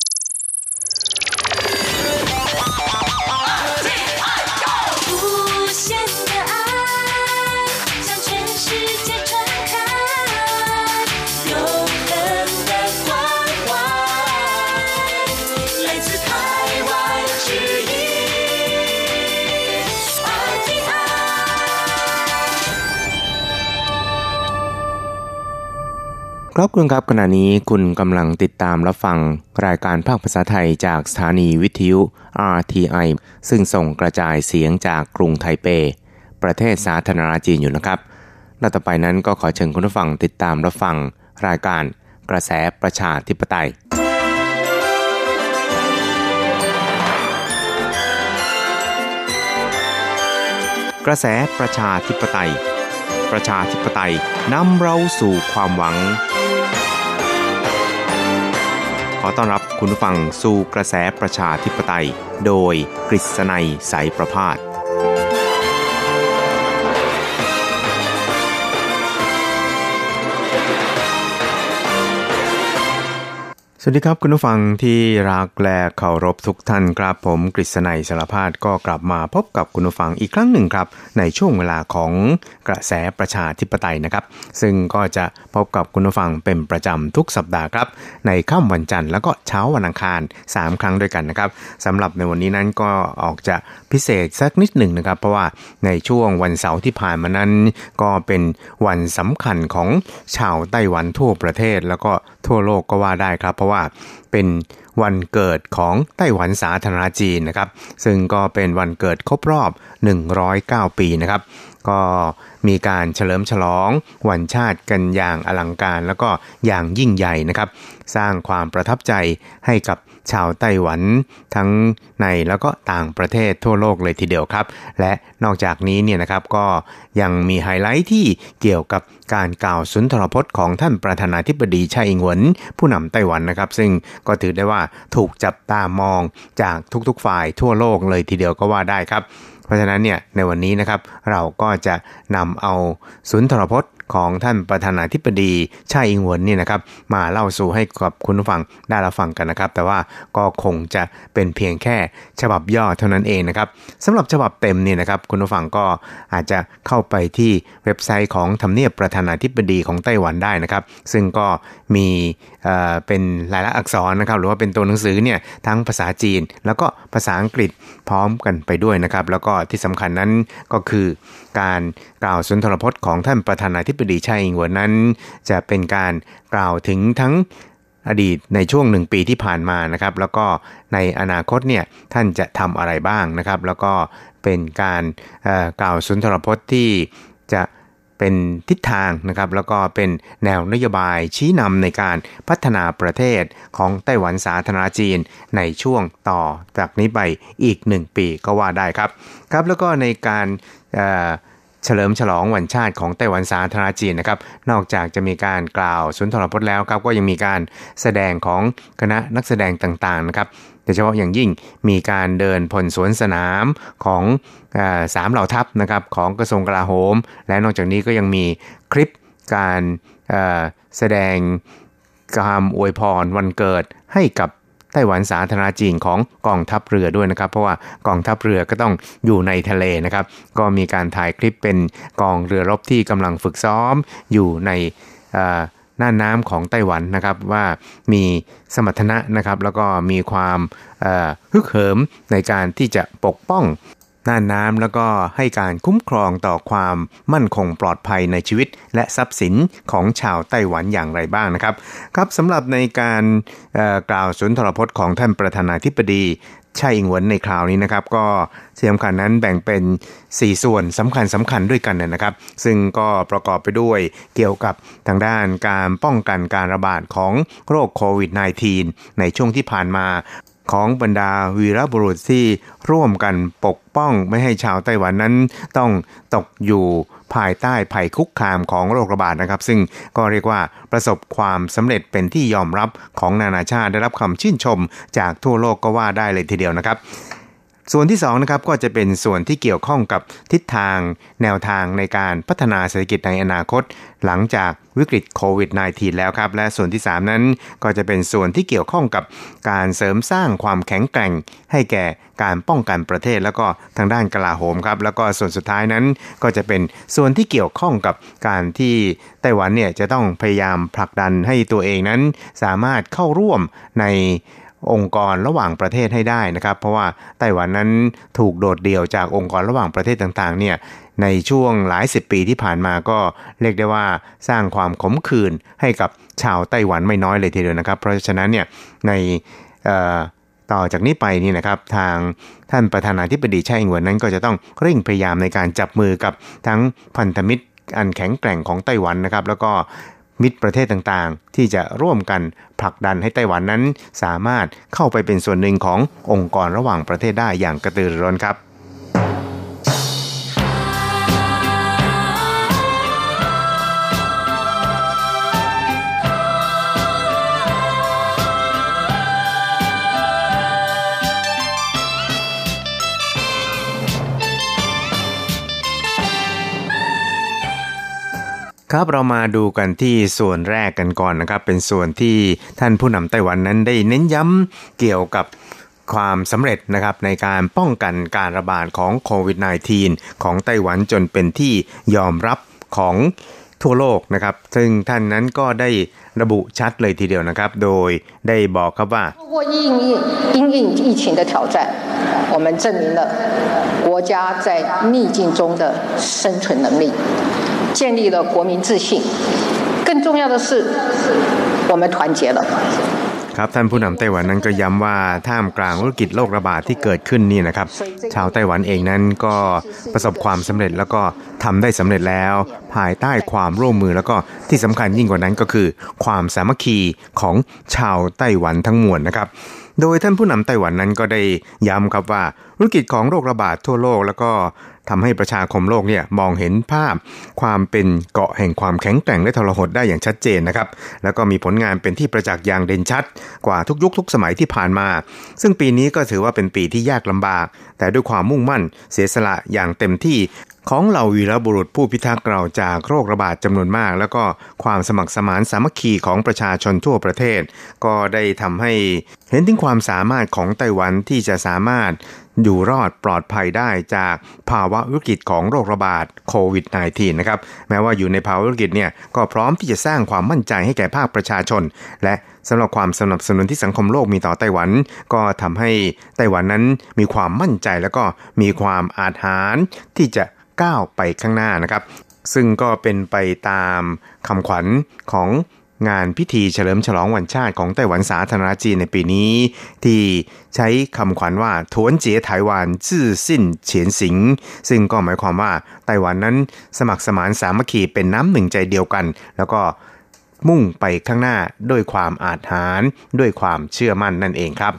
ครับคุณครับขณะนี้คุณกำลังติดตามรับฟังรายการภาคภาษาไทยจากสถานีวิทยุ RTI ซึ่งส่งกระจายเสียงจากกรุงไทเปประเทศสาธารณรัฐจีนอยู่นะครับและต่อไปนั้นก็ขอเชิญคุณผู้ฟังติดตามรับฟังรายการกระแสประชาธิปไตยกระแสประชาธิปไตยประชาธิปไตยนำเราสู่ความหวังขอต้อนรับคุณผู้ฟังสู่กระแสประชาธิปไตยโดยกฤษณัยสายประภาสสวัสดีครับคุณผู้ฟังที่รักและเคารพทุกท่านครับผมกฤษณัยสารพาดก็กลับมาพบกับคุณผู้ฟังอีกครั้งหนึ่งครับในช่วงเวลาของกระแสประชาธิปไตยนะครับซึ่งก็จะพบกับคุณผู้ฟังเป็นประจำทุกสัปดาห์ครับในค่ำวันจันทร์แล้วก็เช้าวันอังคาร3ครั้งด้วยกันนะครับสำหรับในวันนี้นั้นก็ออกจะพิเศษสักนิดหนึ่งนะครับเพราะว่าในช่วงวันเสาร์ที่ผ่านมานั้นก็เป็นวันสำคัญของชาวไต้หวันทั่วประเทศแล้วก็ทั่วโลกก็ว่าได้ครับเพราะว่าเป็นวันเกิดของไต้หวันสาธารณรัฐจีนนะครับซึ่งก็เป็นวันเกิดครบรอบ109ปีนะครับก็มีการเฉลิมฉลองวันชาติกันอย่างอลังการแล้วก็อย่างยิ่งใหญ่นะครับสร้างความประทับใจให้กับชาวไต้หวันทั้งในแล้วก็ต่างประเทศทั่วโลกเลยทีเดียวครับและนอกจากนี้เนี่ยนะครับก็ยังมีไฮไลท์ที่เกี่ยวกับการกล่าวสุนทรพจน์ของท่านประธานาธิบดีไช่อิงเหวินผู้นำไต้หวันนะครับซึ่งก็ถือได้ว่าถูกจับตามองจากทุกๆฝ่ายทั่วโลกเลยทีเดียวก็ว่าได้ครับเพราะฉะนั้นเนี่ยในวันนี้นะครับเราก็จะนำเอาสุนทรพจน์ของท่านประธานาธิบดีไช่อิงเหวินนี่นะครับมาเล่าสู่ให้กับคุณผู้ฟังได้รับฟังกันนะครับแต่ว่าก็คงจะเป็นเพียงแค่ฉบับย่อเท่านั้นเองนะครับสำหรับฉบับเต็มนี่นะครับคุณผู้ฟังก็อาจจะเข้าไปที่เว็บไซต์ของทำเนียบประธานาธิบดีของไต้หวันได้นะครับซึ่งก็มีเป็นลายลักษณ์อักษรนะครับหรือว่าเป็นตัวหนังสือเนี่ยทั้งภาษาจีนแล้วก็ภาษาอังกฤษพร้อมกันไปด้วยนะครับแล้วก็ที่สำคัญนั้นก็คือการกล่าวสุนทรพจน์ของท่านประธานาธิบดีไช่อิงเหวินนั้นจะเป็นการกล่าวถึงทั้งอดีตในช่วง1ปีที่ผ่านมานะครับแล้วก็ในอนาคตเนี่ยท่านจะทำอะไรบ้างนะครับแล้วก็เป็นการกล่าวสุนทรพจน์ที่จะเป็นทิศทางนะครับแล้วก็เป็นแนวนโยบายชี้นำในการพัฒนาประเทศของไต้หวันสาธารณรัฐจีนในช่วงต่อจากนี้ไปอีก1ปีก็ว่าได้ครับครับแล้วก็ในการเฉลิมฉลองวันชาติของไต้หวันสาธารณรัฐจีนนะครับนอกจากจะมีการกล่าวสุนทรพจน์แล้วครับก็ยังมีการแสดงของคณะนักแสดงต่างๆนะครับโดยเฉพาะอย่างยิ่งมีการเดินพลสวนสนามของ3เหล่าทัพนะครับของกระทรวงกลาโหมและนอกจากนี้ก็ยังมีคลิปการแสดงคำอวยพรวันเกิดให้กับไต้หวันสาธารณรัฐจีนของกองทัพเรือด้วยนะครับเพราะว่ากองทัพเรือก็ต้องอยู่ในทะเลนะครับก็มีการถ่ายคลิปเป็นกองเรือรบที่กำลังฝึกซ้อมอยู่ในน่านน้ำของไต้หวันนะครับว่ามีสมรรถนะนะครับแล้วก็มีความฮึกเหิมในการที่จะปกป้องน่านน้ำแล้วก็ให้การคุ้มครองต่อความมั่นคงปลอดภัยในชีวิตและทรัพย์สินของชาวไต้หวันอย่างไรบ้างนะครับครับสำหรับในการกล่าวสุนทรพจน์ของท่านประธานาธิบดีไช่อิงเหวินในคราวนี้นะครับก็ที่สำคัญนั้นแบ่งเป็น4ส่วนสำคัญด้วยกันนะครับซึ่งก็ประกอบไปด้วยเกี่ยวกับทางด้านการป้องกันการระบาดของโรคโควิด -19 ในช่วงที่ผ่านมาของบรรดาวีรบุรุษที่ร่วมกันปกป้องไม่ให้ชาวไต้หวันนั้นต้องตกอยู่ภายใต้ภัยคุกคามของโรคระบาดนะครับซึ่งก็เรียกว่าประสบความสำเร็จเป็นที่ยอมรับของนานาชาติได้รับคำชื่นชมจากทั่วโลกก็ว่าได้เลยทีเดียวนะครับส่วนที่2นะครับก็จะเป็นส่วนที่เกี่ยวข้องกับทิศทางแนวทางในการพัฒนาเศรษฐกิจในอนาคตหลังจากวิกฤตโควิด -19 แล้วครับและส่วนที่3นั้นก็จะเป็นส่วนที่เกี่ยวข้องกับการเสริมสร้างความแข็งแกร่งให้แก่การป้องกันประเทศแล้วก็ทางด้านกลาโหมครับแล้วก็ส่วนสุดท้ายนั้นก็จะเป็นส่วนที่เกี่ยวข้องกับการที่ไต้หวันเนี่ยจะต้องพยายามผลักดันให้ตัวเองนั้นสามารถเข้าร่วมในองค์กรระหว่างประเทศให้ได้นะครับเพราะว่าไต้หวันนั้นถูกโดดเดี่ยวจากองค์กรระหว่างประเทศต่างๆเนี่ยในช่วงหลาย10ปีที่ผ่านมาก็เรียกได้ว่าสร้างความขมขื่นให้กับชาวไต้หวันไม่น้อยเลยทีเดียวนะครับเพราะฉะนั้นเนี่ยในต่อจากนี้ไปนี่นะครับทางท่านประธานาธิบดีไช่อิงเหวินนั้นก็จะต้องเร่งพยายามในการจับมือกับทั้งพันธมิตรอันแข็งแกร่งของไต้หวันนะครับแล้วก็มิตรประเทศต่างๆที่จะร่วมกันผลักดันให้ไต้หวันนั้นสามารถเข้าไปเป็นส่วนหนึ่งขององค์กรระหว่างประเทศได้อย่างกระตือรือร้นครับครับเรามาดูกันที่ส่วนแรกกันก่อนนะครับเป็นส่วนที่ท่านผู้นำไต้หวันนั้นได้เน้นย้ำเกี่ยวกับความสำเร็จนะครับในการป้องกันการระบาดของโควิด -19 ของไต้หวันจนเป็นที่ยอมรับของทั่วโลกนะครับซึ่งท่านนั้นก็ได้ระบุชัดเลยทีเดียวนะครับโดยได้บอกครับว่า因应疫情的挑战我们证明了国家在逆境中的生存能力建立了国民自信更重要的是我们团结了ครับท่านผู้นำไต้หวันนั้นก็ย้ำว่าท่ามกลางวิกฤตโรคระบาดที่เกิดขึ้นนี่นะครับชาวไต้หวันเองนั้นก็ประสบความสำเร็จแล้วก็ทำได้สำเร็จแล้วภายใต้ความร่วมมือแล้วก็ที่สำคัญยิ่งกว่านั้นก็คือความสามัคคีของชาวไต้หวันทั้งมวลนะครับโดยท่านผู้นำไต้หวันนั้นก็ได้ย้ำครับว่าวิกฤตของโรคระบาดทั่วโลกแล้วก็ทำให้ประชาคมโลกเนี่ยมองเห็นภาพความเป็นเกราะแห่งความแข็งแกร่งและทรหดได้อย่างชัดเจนนะครับแล้วก็มีผลงานเป็นที่ประจักษ์อย่างเด่นชัดกว่าทุกยุคทุกสมัยที่ผ่านมาซึ่งปีนี้ก็ถือว่าเป็นปีที่ยากลำบากแต่ด้วยความมุ่งมั่นเสียสละอย่างเต็มที่ของเหล่าวีรบุรุษผู้พิทักษ์เราจากโรคระบาดจำนวนมากแล้วก็ความสมัครสมานสามัคคีของประชาชนทั่วประเทศก็ได้ทำให้เห็นถึงความสามารถของไต้หวันที่จะสามารถอยู่รอดปลอดภัยได้จากภาวะวิกฤตของโรคระบาดโควิด -19 นะครับแม้ว่าอยู่ในภาวะวิกฤตเนี่ยก็พร้อมที่จะสร้างความมั่นใจให้แก่ภาคประชาชนและสำหรับความสนับสนุนที่สังคมโลกมีต่อไต้หวันก็ทำให้ไต้หวันนั้นมีความมั่นใจแล้วก็มีความอาจหาญที่จะก้าวไปข้างหน้านะครับซึ่งก็เป็นไปตามคำขวัญของงานพิธีเฉลิมฉลองวันชาติของไต้หวันสาธารณรัฐจีนในปีนี้ที่ใช้คำขวัญว่าทวนเจี๋ยไต้หวันซื่อสิ้นเฉียนสิงซึ่งก็หมายความว่าไต้หวันนั้นสมัครสมานสามัคคีเป็นน้ำหนึ่งใจเดียวกันแล้วก็มุ่งไปข้างหน้าด้วยความอาจหาญด้วยความเชื่อมั่นนั่นเองครับ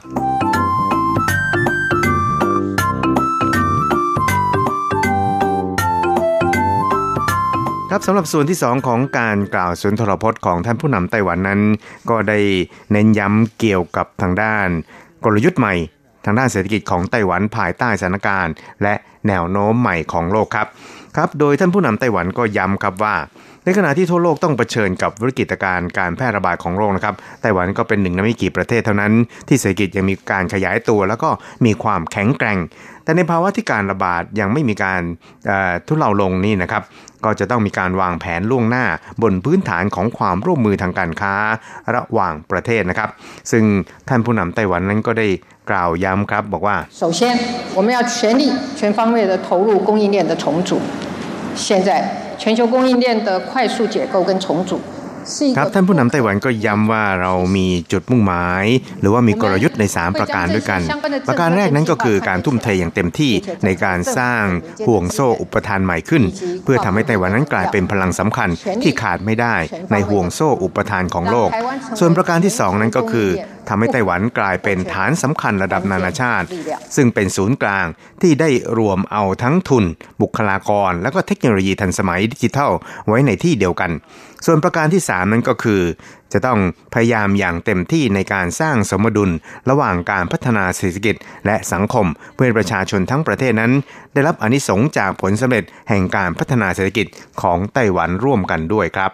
ครับสำหรับส่วนที่2ของการกล่าวสุนทรพจน์ของท่านผู้นำไต้หวันนั้นก็ได้เน้นย้ำเกี่ยวกับทางด้านกลยุทธ์ใหม่ทางด้านเศรษฐกิจของไต้หวันภายใต้สถานการณ์และแนวโน้มใหม่ของโลกครับโดยท่านผู้นำไต้หวันก็ย้ำครับว่าในขณะที่ทั่วโลกต้องเผชิญกับวิกฤตการณ์การแพร่ระบาดของโรคนะครับไต้หวันก็เป็นหนึ่งในไม่กี่ประเทศเท่านั้นที่เศรษฐกิจยังมีการขยายตัวแล้วก็มีความแข็งแกร่งแต่ในภาวะที่การระบาดยังไม่มีการทุเลาลงนี่นะครับก็จะต้องมีการวางแผนล่วงหน้าบนพื้นฐานของความร่วมมือทางการค้าระหว่างประเทศนะครับซึ่งท่านผู้นำไต้หวันนั้นก็ได้กล่าวย้ำครับบอกว่า首先我们要全力全方位的投入供应链的重组现在全球供应链的快速解构跟重组ครับท่านผู้นำไต้หวันก็ย้ำว่าเรามีจุดมุ่งหมายหรือว่ามีกลยุทธ์ใน3ประการด้วยกันประการแรกนั้นก็คือการทุ่มเทอย่างเต็มที่ในการสร้างห่วงโซ่อุปทานใหม่ขึ้นเพื่อทำให้ไต้หวันนั้นกลายเป็นพลังสำคัญที่ขาดไม่ได้ในห่วงโซ่อุปทานของโลกส่วนประการที่2นั้นก็คือทำให้ไต้หวันกลายเป็นฐานสำคัญระดับนานาชาติซึ่งเป็นศูนย์กลางที่ได้รวมเอาทั้งทุนบุคลากรและก็เทคโนโลยีทันสมัยดิจิทัลไว้ในที่เดียวกันส่วนประการที่3นั้นก็คือจะต้องพยายามอย่างเต็มที่ในการสร้างสมดุลระหว่างการพัฒนาเศรษฐกิจและสังคมเพื่อให้ประชาชนทั้งประเทศนั้นได้รับอานิสงส์จากผลสำเร็จแห่งการพัฒนาเศรษฐกิจของไต้หวันร่วมกันด้วยครับ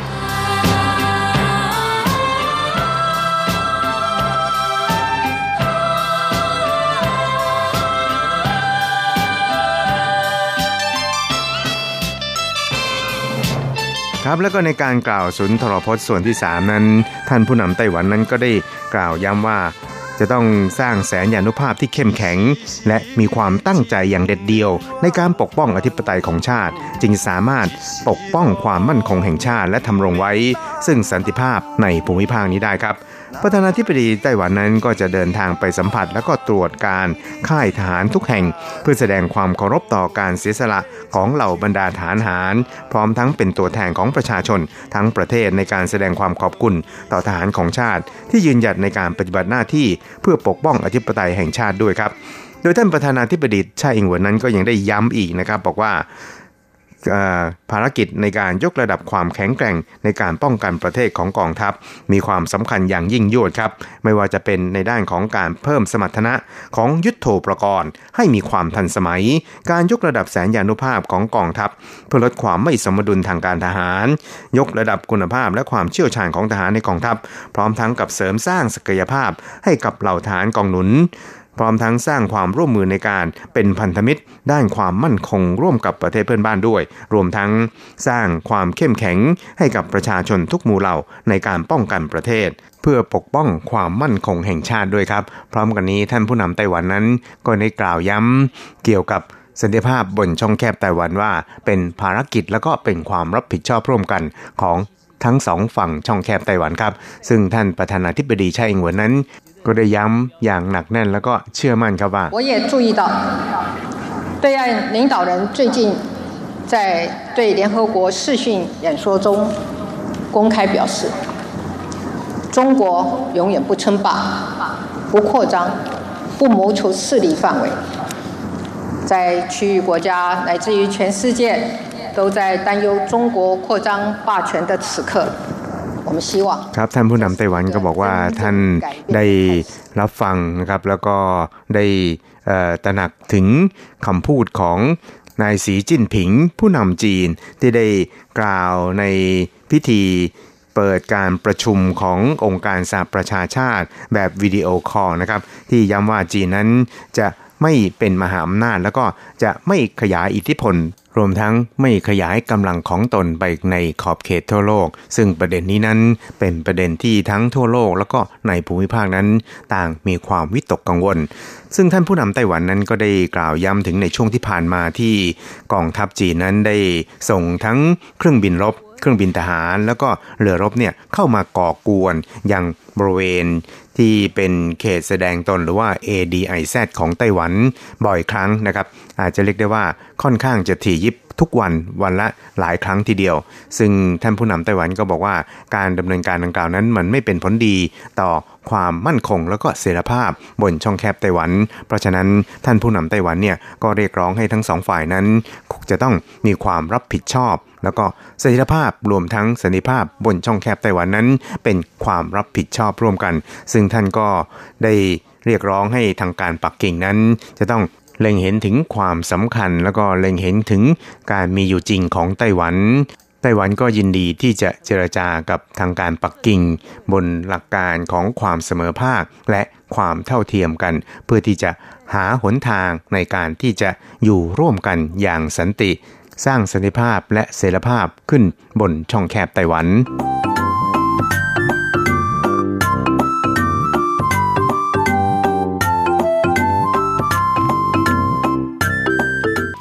ครับแล้วก็ในการกล่าวสุนทรพจน์ส่วนที่3นั้นท่านผู้นำไต้หวันนั้นก็ได้กล่าวย้ำว่าจะต้องสร้างแสนยานุภาพที่เข้มแข็งและมีความตั้งใจอย่างเด็ดเดี่ยวในการปกป้องอธิปไตยของชาติจึงสามารถปกป้องความมั่นคงแห่งชาติและทำรงไว้ซึ่งสันติภาพในภูมิภาคนี้ได้ครับประธานาธิบดีไต้หวันนั้นก็จะเดินทางไปสัมผัสและก็ตรวจการค่ายทหารทุกแห่งเพื่อแสดงความเคารพต่อการเสียสละของเหล่าบรรดาทหารพร้อมทั้งเป็นตัวแทนของประชาชนทั้งประเทศในการแสดงความขอบคุณต่อทหารของชาติที่ยืนหยัดในการปฏิบัติหน้าที่เพื่อปกป้องอธิปไตยแห่งชาติด้วยครับโดยท่านประธานาธิบดีไช่อิงเหวินนั้นก็ยังได้ย้ำอีกนะครับบอกว่าภารกิจในการยกระดับความแข็งแกร่งในการป้องกันประเทศของกองทัพมีความสำคัญอย่างยิ่งยวดครับไม่ว่าจะเป็นในด้านของการเพิ่มสมรรถนะของยุทโธปกรณ์ให้มีความทันสมัยการยกระดับแสนยานุภาพของกองทัพเพื่อลดความไม่สมดุลทางการทหารยกระดับคุณภาพและความเชี่ยวชาญของทหารในกองทัพพร้อมทั้งกับเสริมสร้างศักยภาพให้กับเหล่าทหารกองหนุนพร้อมทั้งสร้างความร่วมมือในการเป็นพันธมิตรด้านความมั่นคงร่วมกับประเทศเพื่อนบ้านด้วยรวมทั้งสร้างความเข้มแข็งให้กับประชาชนทุกหมู่เหล่าในการป้องกันประเทศเพื่อปกป้องความมั่นคงแห่งชาติด้วยครับพร้อมกันนี้ท่านผู้นำไต้หวันนั้นก็ได้กล่าวย้ำเกี่ยวกับสันติภาพบนช่องแคบไต้หวันว่าเป็นภารกิจและก็เป็นความรับผิดชอบร่วมกันของทั้งสองฝั่งช่องแคบไต้หวันครับซึ่งท่านประธานาธิบดีไช่อิงเหวินนั้นก็ได้ย้ำอย่างหนักแน่นแล้วก็เชื่อมั่นครับว่า我也注意到对岸领导人最近在对联合国视讯演说中公开表示中国永远不称霸不扩张不谋求势力范围在区域国家乃至于全世界都在担忧中国扩张霸权的此刻ครับท่านผู้นำไต้หวันก็บอกว่าท่านได้รับฟังนะครับแล้วก็ได้ตระหนักถึงคำพูดของนายสีจิ้นผิงผู้นำจีนที่ได้กล่าวในพิธีเปิดการประชุมขององค์การสหประชาชาติแบบวิดีโอคอลนะครับที่ย้ำว่าจีนนั้นจะไม่เป็นมหาอำนาจแล้วก็จะไม่ขยายอิทธิพลรวมทั้งไม่ขยายกำลังของตนไปในขอบเขตทั่วโลกซึ่งประเด็นนี้นั้นเป็นประเด็นที่ทั้งทั่วโลกแล้วก็ในภูมิภาคนั้นต่างมีความวิตกกังวลซึ่งท่านผู้นำไต้หวันนั้นก็ได้กล่าวย้ำถึงในช่วงที่ผ่านมาที่กองทัพจีนนั้นได้ส่งทั้งเครื่องบินรบเครื่องบินทหารแล้วก็เรือรบเนี่ยเข้ามาก่อกวนอย่างบริเวณที่เป็นเขตแสดงตนหรือว่า ADIZ ของไต้หวันบ่อยครั้งนะครับอาจจะเรียกได้ว่าค่อนข้างจะถี่ยิบทุกวันละหลายครั้งทีเดียวซึ่งท่านผู้นำไต้หวันก็บอกว่าการดำเนินการดังกล่าวนั้นมันไม่เป็นผลดีต่อความมั่นคงแล้วก็เสรีภาพบนช่องแคบไต้หวันเพราะฉะนั้นท่านผู้นำไต้หวันเนี่ยก็เรียกร้องให้ทั้งสองฝ่ายนั้นจะต้องมีความรับผิดชอบแล้วก็เสรีภาพรวมทั้งสันติภาพบนช่องแคบไต้หวันนั้นเป็นความรับผิดชอบร่วมกันซึ่งท่านก็ได้เรียกร้องให้ทางการปักกิ่งนั้นจะต้องเล็งเห็นถึงความสำคัญแล้วก็เล็งเห็นถึงการมีอยู่จริงของไต้หวันก็ยินดีที่จะเจรจากับทางการปักกิ่งบนหลักการของความเสมอภาคและความเท่าเทียมกันเพื่อที่จะหาหนทางในการที่จะอยู่ร่วมกันอย่างสันติสร้างสันติภาพและเสรีภาพขึ้นบนช่องแคบไต้หวัน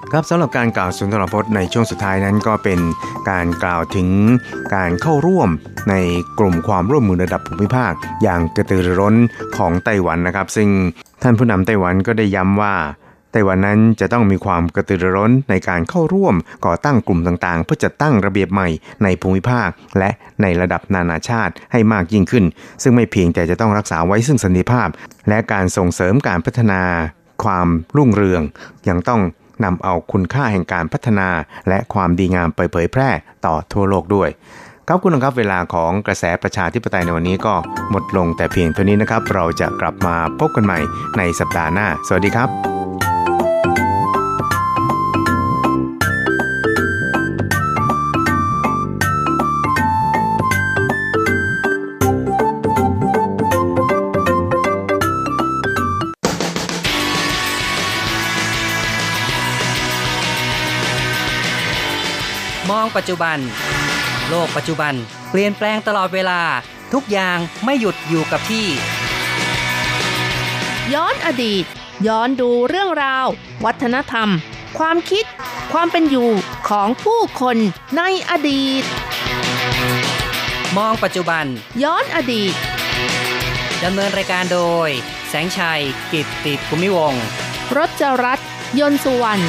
ครับสำหรับการกล่าวสุนทรพจน์ในช่วงสุดท้ายนั้นก็เป็นการกล่าวถึงการเข้าร่วมในกลุ่มความร่วมมือระดับภูมิภาคอย่างกระตือรือร้นของไต้หวันนะครับซึ่งท่านผู้นำไต้หวันก็ได้ย้ำว่าไต้หวันนั้นจะต้องมีความกระตือรือร้นในการเข้าร่วมก่อตั้งกลุ่มต่างๆเพื่อจัดตั้งระเบียบใหม่ในภูมิภาคและในระดับนานาชาติให้มากยิ่งขึ้นซึ่งไม่เพียงแต่จะต้องรักษาไว้ซึ่งสันติภาพและการส่งเสริมการพัฒนาความรุ่งเรืองยังต้องนำเอาคุณค่าแห่งการพัฒนาและความดีงามไปเผยแพร่ต่อทั่วโลกด้วยครับคุณผู้ชมครับเวลาของกระแสประชาธิปไตยในวันนี้ก็หมดลงแต่เพียงเท่านี้นะครับเราจะกลับมาพบกันใหม่ในสัปดาห์หน้าสวัสดีครับมองปัจจุบันโลกปัจจุบันเปลี่ยนแปลงตลอดเวลาทุกอย่างไม่หยุดอยู่กับที่ย้อนอดีตย้อนดูเรื่องราววัฒนธรรมความคิดความเป็นอยู่ของผู้คนในอดีตมองปัจจุบันย้อนอดีตดำเนินรายการโดยแสงชัยกิตติภูมิวงศ์รจรัตน์ยนต์สุวรรณ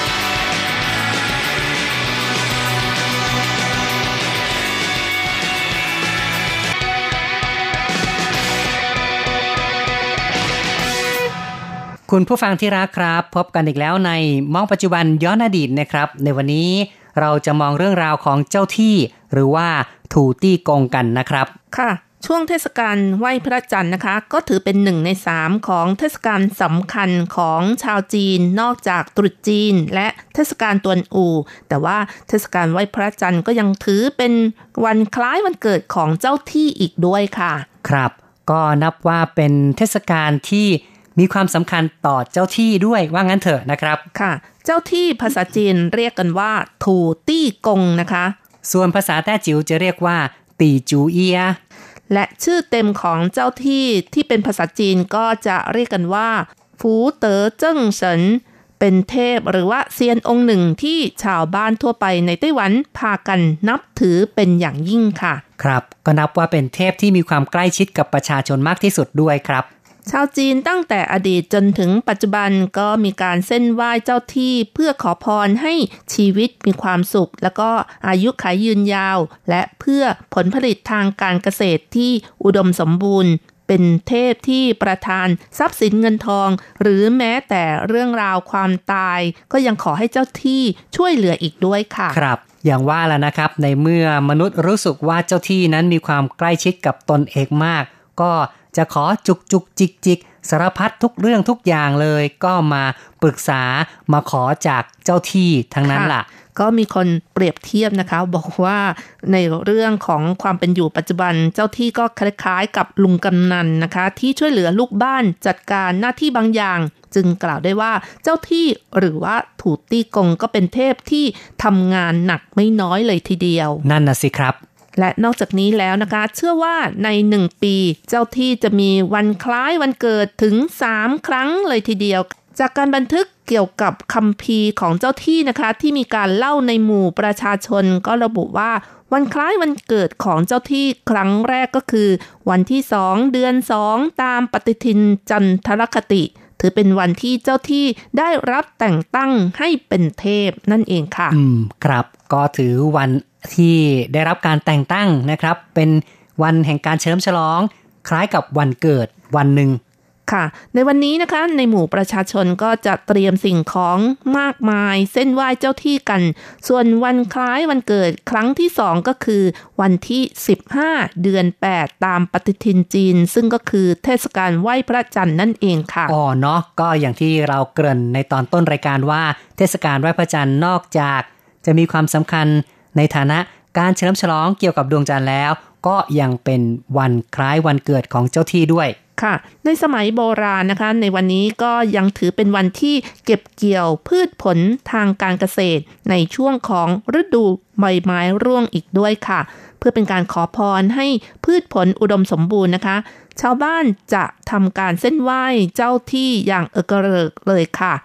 คุณผู้ฟังที่รักครับพบกันอีกแล้วในมองปัจจุบันย้อนอดีตนะครับในวันนี้เราจะมองเรื่องราวของเจ้าที่หรือว่าถูตี้กงกันนะครับค่ะช่วงเทศกาลไหว้พระจันทร์นะคะก็ถือเป็น1 ใน 3ของเทศกาลสำคัญของชาวจีนนอกจากตรุษจีนและเทศกาลตวนอู่แต่ว่าเทศกาลไหว้พระจันทร์ก็ยังถือเป็นวันคล้ายวันเกิดของเจ้าที่อีกด้วยค่ะครับก็นับว่าเป็นเทศกาลที่มีความสำคัญต่อเจ้าที่ด้วยว่างั้นเถอะนะครับค่ะเจ้าที่ภาษาจีนเรียกกันว่าถูตี้กงนะคะส่วนภาษาแต้จิ๋วจะเรียกว่าตีจูเอียและชื่อเต็มของเจ้าที่เป็นภาษาจีนก็จะเรียกกันว่าฟูเต๋อเจิ้งเฉินเป็นเทพหรือว่าเซียนองค์หนึ่งที่ชาวบ้านทั่วไปในไต้หวันพากันนับถือเป็นอย่างยิ่งค่ะครับก็นับว่าเป็นเทพที่มีความใกล้ชิดกับประชาชนมากที่สุดด้วยครับชาวจีนตั้งแต่อดีตจนถึงปัจจุบันก็มีการเส้นไหว้เจ้าที่เพื่อขอพรให้ชีวิตมีความสุขแล้วก็อายุขัยยืนยาวและเพื่อผลผลิตทางการเกษตรที่อุดมสมบูรณ์เป็นเทพที่ประทานทรัพย์สินเงินทองหรือแม้แต่เรื่องราวความตายก็ยังขอให้เจ้าที่ช่วยเหลืออีกด้วยค่ะครับอย่างว่าแล้วนะครับในเมื่อมนุษย์รู้สึกว่าเจ้าที่นั้นมีความใกล้ชิดกับตนเองมากก็จะขอจุกจุกจิกจิกสารพัดทุกเรื่องทุกอย่างเลยก็มาปรึกษามาขอจากเจ้าที่ทั้งนั้นล่ะก็มีคนเปรียบเทียบนะคะบอกว่าในเรื่องของความเป็นอยู่ปัจจุบันเจ้าที่ก็คล้ายๆกับลุงกำนันนะคะที่ช่วยเหลือลูกบ้านจัดการหน้าที่บางอย่างจึงกล่าวได้ว่าเจ้าที่หรือว่าถูตี้กงก็เป็นเทพที่ทำงานหนักไม่น้อยเลยทีเดียวนั่นน่ะสิครับและนอกจากนี้แล้วนะคะเชื่อว่าใน1 ปีเจ้าที่จะมีวันคล้ายวันเกิดถึง3 ครั้งเลยทีเดียวจากการบันทึกเกี่ยวกับคัมภีร์ของเจ้าที่นะคะที่มีการเล่าในหมู่ประชาชนก็ระบุว่าวันคล้ายวันเกิดของเจ้าที่ครั้งแรกก็คือวันที่2 เดือน 2ตามปฏิทินจันทรคติถือเป็นวันที่เจ้าที่ได้รับแต่งตั้งให้เป็นเทพนั่นเองค่ะครับก็ถือวันที่ได้รับการแต่งตั้งนะครับเป็นวันแห่งการเฉลิมฉลองคล้ายกับวันเกิดวันหนึ่งค่ะในวันนี้นะคะในหมู่ประชาชนก็จะเตรียมสิ่งของมากมายเส้นไหว้เจ้าที่กันส่วนวันคล้ายวันเกิดครั้งที่2ก็คือวันที่15 เดือน 8ตามปฏิทินจีนซึ่งก็คือเทศกาลไหว้พระจันทร์นั่นเองค่ะเนาะก็อย่างที่เราเกริ่นในตอนต้นรายการว่าเทศกาลไหว้พระจันทร์นอกจากจะมีความสำคัญในฐานะการเฉลิมฉลองเกี่ยวกับดวงจันทร์แล้วก็ยังเป็นวันคล้ายวันเกิดของเจ้าที่ด้วยค่ะในสมัยโบราณนะคะในวันนี้ก็ยังถือเป็นวันที่เก็บเกี่ยวพืชผลทางการเกษตรในช่วงของฤดูใบไม้ร่วงอีกด้วยค่ะเพื่อเป็นการขอพรให้พืชผลอุดมสมบูรณ์นะคะชาวบ้านจะทำการเส้นไหว้เจ้าที่อย่างเริกเลยค่ะ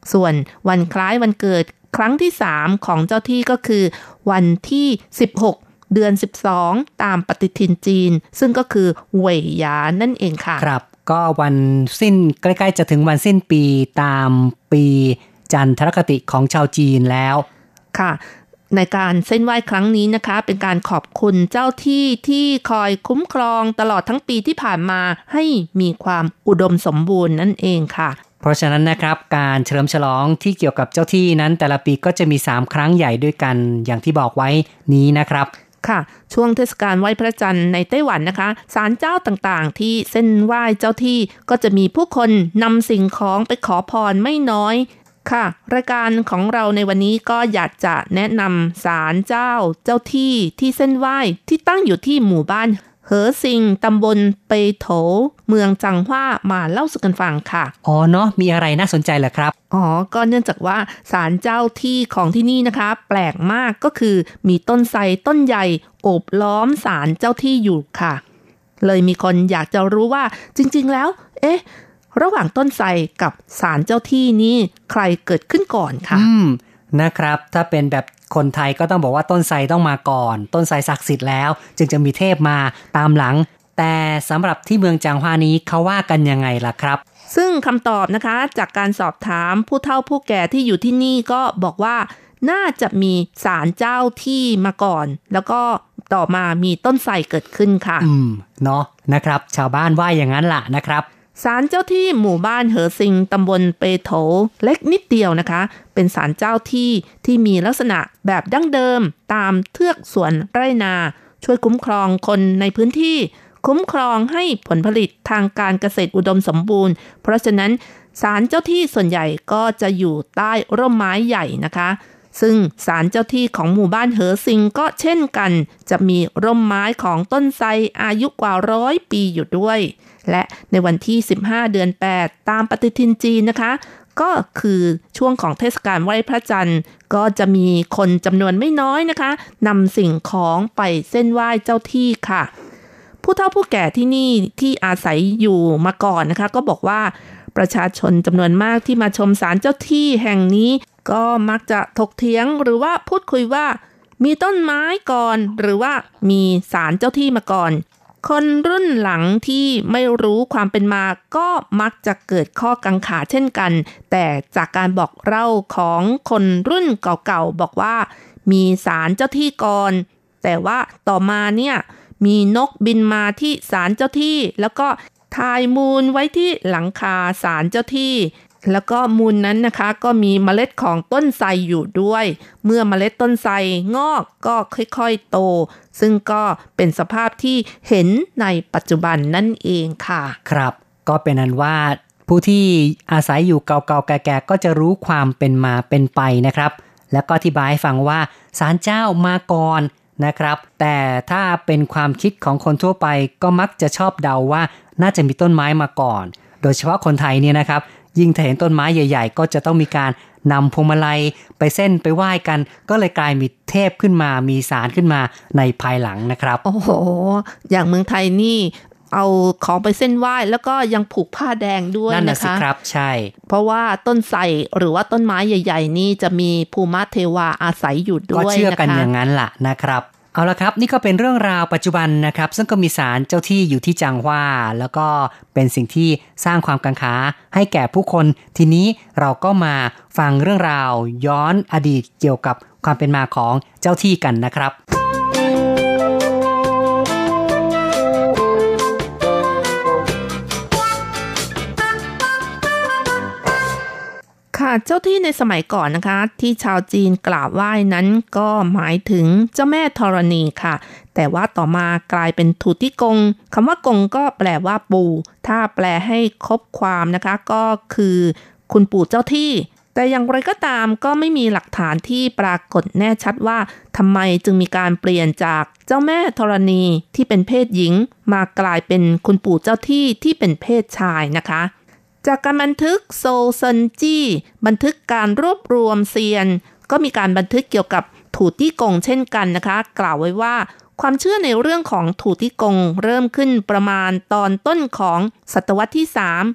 ส่วนวันคล้ายวันเกิดครั้งที่3ของเจ้าที่ก็คือวันที่16เดือน12ตามปฏิทินจีนซึ่งก็คือเหวยหยานั่นเองค่ะครับก็วันสิ้นใกล้ๆจะถึงวันสิ้นปีตามปีจันทรคติของชาวจีนแล้วค่ะในการเส้นไหว้ครั้งนี้นะคะเป็นการขอบคุณเจ้าที่ที่คอยคุ้มครองตลอดทั้งปีที่ผ่านมาให้มีความอุดมสมบูรณ์นั่นเองค่ะเพราะฉะนั้นนะครับการเฉลิมฉลองที่เกี่ยวกับเจ้าที่นั้นแต่ละปีก็จะมี3ครั้งใหญ่ด้วยกันอย่างที่บอกไว้นี้นะครับค่ะช่วงเทศกาลไหว้พระจันทร์ในไต้หวันนะคะศาลเจ้าต่างๆที่เส้นไหว้เจ้าที่ก็จะมีผู้คนนำสิ่งของไปขอพรไม่น้อยค่ะรายการของเราในวันนี้ก็อยากจะแนะนำศาลเจ้าที่ที่เส้นไหว้ที่ตั้งอยู่ที่หมู่บ้านเหอซิงตำบลเปโถเมืองจังหว้ามาเล่าสู่กันฟังค่ะอ๋อเนาะมีอะไรน่าสนใจเหรอครับอ๋อก็เนื่องจากว่าศาลเจ้าที่ของที่นี่นะคะแปลกมากก็คือมีต้นไทรต้นใหญ่โอบล้อมศาลเจ้าที่อยู่ค่ะเลยมีคนอยากจะรู้ว่าจริงๆแล้วระหว่างต้นไทรกับศาลเจ้าที่นี่ใครเกิดขึ้นก่อนค่ะนะครับถ้าเป็นแบบคนไทยก็ต้องบอกว่าต้นไทรต้องมาก่อนต้นไทรศักดิ์สิทธิ์แล้วจึงจะมีเทพมาตามหลังแต่สำหรับที่เมืองจางฮวานี้เขาว่ากันยังไงล่ะครับซึ่งคำตอบนะคะจากการสอบถามผู้เฒ่าผู้แก่ที่อยู่ที่นี่ก็บอกว่าน่าจะมีศาลเจ้าที่มาก่อนแล้วก็ต่อมามีต้นไทรเกิดขึ้นค่ะเนาะนะครับชาวบ้านว่าอย่างนั้นล่ะนะครับศาลเจ้าที่หมู่บ้านเหอซิงตำบลเปโถเล็กนิดเดียวนะคะเป็นศาลเจ้าที่มีลักษณะแบบดั้งเดิมตามเทือกสวนไร่นาช่วยคุ้มครองคนในพื้นที่คุ้มครองให้ผลผลิตทางการเกษตรอุดมสมบูรณ์เพราะฉะนั้นศาลเจ้าที่ส่วนใหญ่ก็จะอยู่ใต้ร่มไม้ใหญ่นะคะซึ่งศาลเจ้าที่ของหมู่บ้านเหอซิงก็เช่นกันจะมีร่มไม้ของต้นไทรอายุกว่า100 ปีอยู่ด้วยและในวันที่15เดือน8ตามปฏิทินจีนนะคะก็คือช่วงของเทศกาลไหว้พระจันทร์ก็จะมีคนจำนวนไม่น้อยนะคะนำสิ่งของไปเส้นไหว้เจ้าที่ค่ะผู้เฒ่าผู้แก่ที่นี่ที่อาศัยอยู่มาก่อนนะคะก็บอกว่าประชาชนจำนวนมากที่มาชมศาลเจ้าที่แห่งนี้ก็มักจะถกเถียงหรือว่าพูดคุยว่ามีต้นไม้ก่อนหรือว่ามีศาลเจ้าที่มาก่อนคนรุ่นหลังที่ไม่รู้ความเป็นมาก็มักจะเกิดข้อกังขาเช่นกันแต่จากการบอกเล่าของคนรุ่นเก่าๆบอกว่ามีศาลเจ้าที่ก่อนแต่ว่าต่อมาเนี่ยมีนกบินมาที่ศาลเจ้าที่แล้วก็ทายมูลไว้ที่หลังคาศาลเจ้าที่แล้วก็มูลนั้นนะคะก็มีเมล็ดของต้นไทรอยู่ด้วยเมื่อเมล็ดต้นไทรงอกก็ค่อยๆโตซึ่งก็เป็นสภาพที่เห็นในปัจจุบันนั่นเองค่ะครับก็เป็นนั้นว่าผู้ที่อาศัยอยู่เก่าๆแก่ๆก็จะรู้ความเป็นมาเป็นไปนะครับแล้วก็อธิบายให้ฟังว่าศาลเจ้ามาก่อนนะครับแต่ถ้าเป็นความคิดของคนทั่วไปก็มักจะชอบเดาว่าน่าจะมีต้นไม้มาก่อนโดยเฉพาะคนไทยเนี่ยนะครับยิ่งถ้าเห็นต้นไม้ใหญ่ๆก็จะต้องมีการนำพวงมาลัยไปเส้นไปไหว้กันก็เลยกลายมีเทพขึ้นมามีศาลขึ้นมาในภายหลังนะครับโอ้โหอย่างเมืองไทยนี่เอาของไปเส้นไหว้แล้วก็ยังผูกผ้าแดงด้วยนะคะนั่นสิครับใช่เพราะว่าต้นไทรหรือว่าต้นไม้ใหญ่ๆนี่จะมีภูมิเทวาอาศัยอยู่ด้วยก็เชื่อกันอย่างนั้นล่ะนะครับเอาละครับนี่ก็เป็นเรื่องราวปัจจุบันนะครับซึ่งก็มีศาลเจ้าที่อยู่ที่จางฮวาแล้วก็เป็นสิ่งที่สร้างความกังขาให้แก่ผู้คนทีนี้เราก็มาฟังเรื่องราวย้อนอดีตเกี่ยวกับความเป็นมาของเจ้าที่กันนะครับเจ้าที่ในสมัยก่อนนะคะที่ชาวจีนกราบไหว้นั้นก็หมายถึงเจ้าแม่ธรณีค่ะแต่ว่าต่อมากลายเป็นถูติกงคำว่ากงก็แปลว่าปู่ถ้าแปลให้ครบความนะคะก็คือคุณปู่เจ้าที่แต่อย่างไรก็ตามก็ไม่มีหลักฐานที่ปรากฏแน่ชัดว่าทำไมจึงมีการเปลี่ยนจากเจ้าแม่ธรณีที่เป็นเพศหญิงมากลายเป็นคุณปู่เจ้าที่ที่เป็นเพศชายนะคะจากการบันทึกโซเซินจี้บันทึกการรวบรวมเซียนก็มีการบันทึกเกี่ยวกับถูตี้กงเช่นกันนะคะกล่าวไว้ว่าความเชื่อในเรื่องของถูตี้กงเริ่มขึ้นประมาณตอนต้นของศตวรรษที่3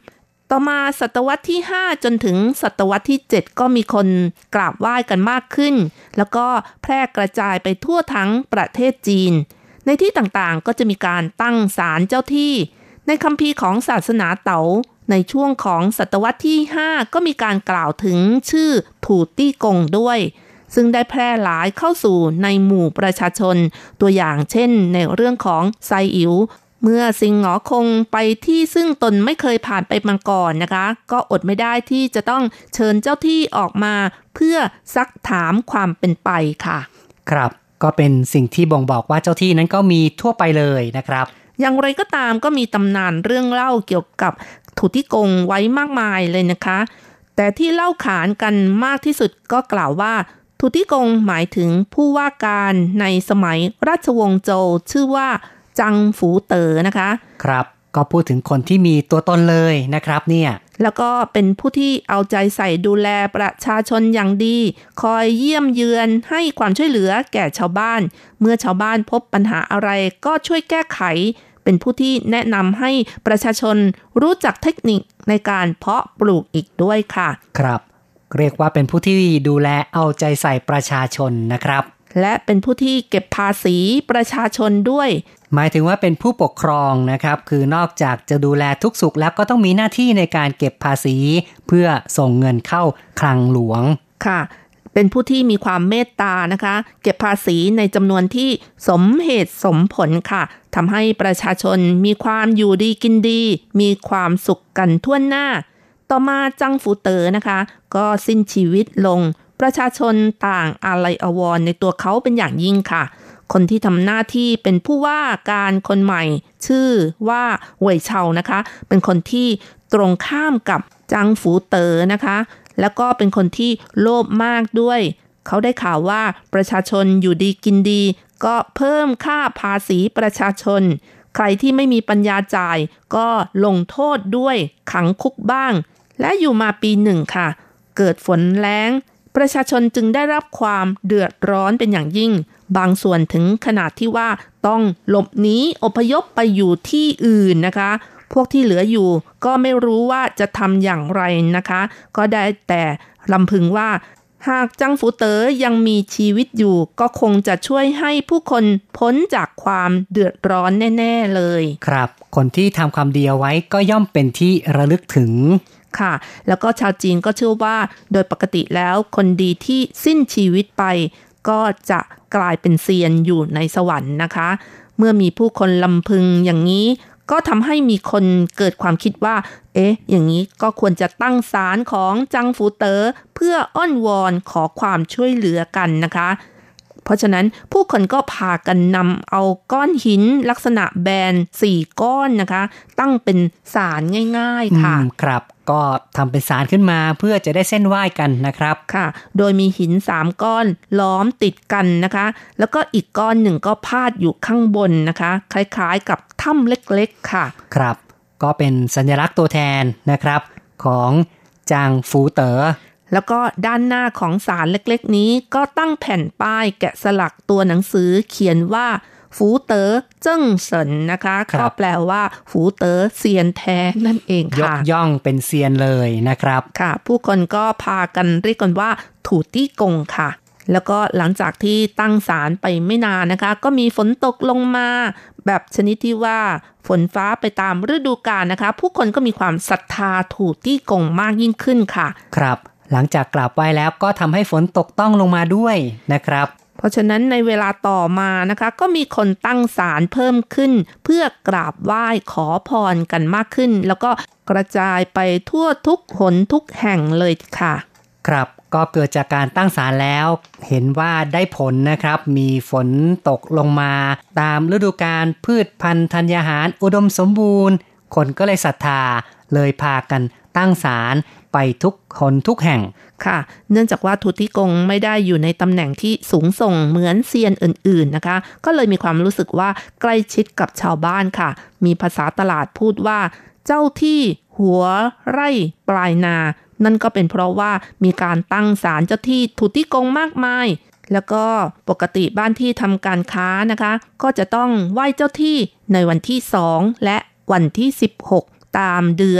ต่อมาศตวรรษที่5จนถึงศตวรรษที่7ก็มีคนกราบไหว้กันมากขึ้นแล้วก็แพร่กระจายไปทั่วทั้งประเทศจีนในที่ต่างๆก็จะมีการตั้งศาลเจ้าที่ในคัมภีร์ของศาสนาเต๋าในช่วงของศตวรรษที่5ก็มีการกล่าวถึงชื่อถูตี้กงด้วยซึ่งได้แพร่หลายเข้าสู่ในหมู่ประชาชนตัวอย่างเช่นในเรื่องของไซอิ๋วเมื่อซิงหงอคงไปที่ซึ่งตนไม่เคยผ่านไปมาก่อนนะคะก็อดไม่ได้ที่จะต้องเชิญเจ้าที่ออกมาเพื่อซักถามความเป็นไปค่ะครับก็เป็นสิ่งที่บ่งบอกว่าเจ้าที่นั้นก็มีทั่วไปเลยนะครับอย่างไรก็ตามก็มีตำนานเรื่องเล่าเกี่ยวกับถูตี้กงไว้มากมายเลยนะคะแต่ที่เล่าขานกันมากที่สุดก็กล่าวว่าถูตี้กงหมายถึงผู้ว่าการในสมัยราชวงศ์โจวชื่อว่าจังฝูเต๋อนะคะครับก็พูดถึงคนที่มีตัวตนเลยนะครับเนี่ยแล้วก็เป็นผู้ที่เอาใจใส่ดูแลประชาชนอย่างดีคอยเยี่ยมเยือนให้ความช่วยเหลือแก่ชาวบ้านเมื่อชาวบ้านพบปัญหาอะไรก็ช่วยแก้ไขเป็นผู้ที่แนะนำให้ประชาชนรู้จักเทคนิคในการเพาะปลูกอีกด้วยค่ะครับเรียกว่าเป็นผู้ที่ดูแลเอาใจใส่ประชาชนนะครับและเป็นผู้ที่เก็บภาษีประชาชนด้วยหมายถึงว่าเป็นผู้ปกครองนะครับคือนอกจากจะดูแลทุกสุขแล้วก็ต้องมีหน้าที่ในการเก็บภาษีเพื่อส่งเงินเข้าคลังหลวงค่ะเป็นผู้ที่มีความเมตตานะคะเก็บภาษีในจำนวนที่สมเหตุสมผลค่ะทำให้ประชาชนมีความอยู่ดีกินดีมีความสุขกันทั่วหน้าต่อมาจังฝูเต๋อนะคะก็สิ้นชีวิตลงประชาชนต่างอาลัยอาวรณ์ในตัวเขาเป็นอย่างยิ่งค่ะคนที่ทำหน้าที่เป็นผู้ว่าการคนใหม่ชื่อว่าเหวยเฉานะคะเป็นคนที่ตรงข้ามกับจังฝูเต๋อนะคะแล้วก็เป็นคนที่โลภมากด้วยเขาได้ข่าวว่าประชาชนอยู่ดีกินดีก็เพิ่มค่าภาษีประชาชนใครที่ไม่มีปัญญาจ่ายก็ลงโทษด้วยขังคุกบ้างและอยู่มาปีหนึ่งค่ะเกิดฝนแล้งประชาชนจึงได้รับความเดือดร้อนเป็นอย่างยิ่งบางส่วนถึงขนาดที่ว่าต้องหลบหนีอพยพไปอยู่ที่อื่นนะคะพวกที่เหลืออยู่ก็ไม่รู้ว่าจะทำอย่างไรนะคะก็ได้แต่ลำพึงว่าหากจังฝูเต๋อยังมีชีวิตอยู่ก็คงจะช่วยให้ผู้คนพ้นจากความเดือดร้อนแน่ๆเลยครับคนที่ทำความดีเอาไว้ก็ย่อมเป็นที่ระลึกถึงค่ะแล้วก็ชาวจีนก็เชื่อว่าโดยปกติแล้วคนดีที่สิ้นชีวิตไปก็จะกลายเป็นเซียนอยู่ในสวรรค์นะคะเมื่อมีผู้คนลำพึงอย่างนี้ก็ทำให้มีคนเกิดความคิดว่าอย่างนี้ก็ควรจะตั้งศาลของจังฝูเต๋อเพื่ออ้อนวอนขอความช่วยเหลือกันนะคะเพราะฉะนั้นผู้คนก็พากันนำเอาก้อนหินลักษณะแบน4ก้อนนะคะตั้งเป็นศาลง่ายๆค่ะครับก็ทำเป็นศาลขึ้นมาเพื่อจะได้เส้นไหว้กันนะครับค่ะโดยมีหิน3ก้อนล้อมติดกันนะคะแล้วก็อีกก้อนหนึ่งก็พาดอยู่ข้างบนนะคะคล้ายๆกับถ้ำเล็กๆค่ะครับก็เป็นสัญลักษณ์ตัวแทนนะครับของจางฝูเต๋อแล้วก็ด้านหน้าของศาลเล็กๆนี้ก็ตั้งแผ่นป้ายแกะสลักตัวหนังสือเขียนว่าฝูเต๋อเจิ้งเสินนะคะก็แปลว่าฝูเต๋อเซียนแท้นั่นเองค่ะยกย่องเป็นเซียนเลยนะครับค่ะผู้คนก็พากันเรียกกันว่าถูตี้กงค่ะแล้วก็หลังจากที่ตั้งศาลไปไม่นานนะคะก็มีฝนตกลงมาแบบชนิดที่ว่าฝนฟ้าไปตามฤดูกาลนะคะผู้คนก็มีความศรัทธาถูตี้กงมากยิ่งขึ้นค่ะครับหลังจากกราบไหว้แล้วก็ทำให้ฝนตกต้องลงมาด้วยนะครับเพราะฉะนั้นในเวลาต่อมานะคะก็มีคนตั้งศาลเพิ่มขึ้นเพื่อกราบไหว้ขอพรกันมากขึ้นแล้วก็กระจายไปทั่วทุกหนทุกแห่งเลยค่ะครับก็เกิดจากการตั้งศาลแล้วเห็นว่าได้ผลนะครับมีฝนตกลงมาตามฤดูกาลพืชพันธุ์ธัญญาหารอุดมสมบูรณ์คนก็เลยศรัทธาเลยพากันตั้งศาลไปทุกคนทุกแห่งค่ะเนื่องจากว่าถูตี้กงไม่ได้อยู่ในตำแหน่งที่สูงส่งเหมือนเซียนอื่นๆนะคะก็เลยมีความรู้สึกว่าใกล้ชิดกับชาวบ้านค่ะมีภาษาตลาดพูดว่าเจ้าที่หัวไร่ปลายนานั่นก็เป็นเพราะว่ามีการตั้งศาลเจ้าที่ถูตี้กงมากมายแล้วก็ปกติบ้านที่ทำการค้านะคะก็จะต้องไหว้เจ้าที่ในวันที่2และวันที่16ตามเดือน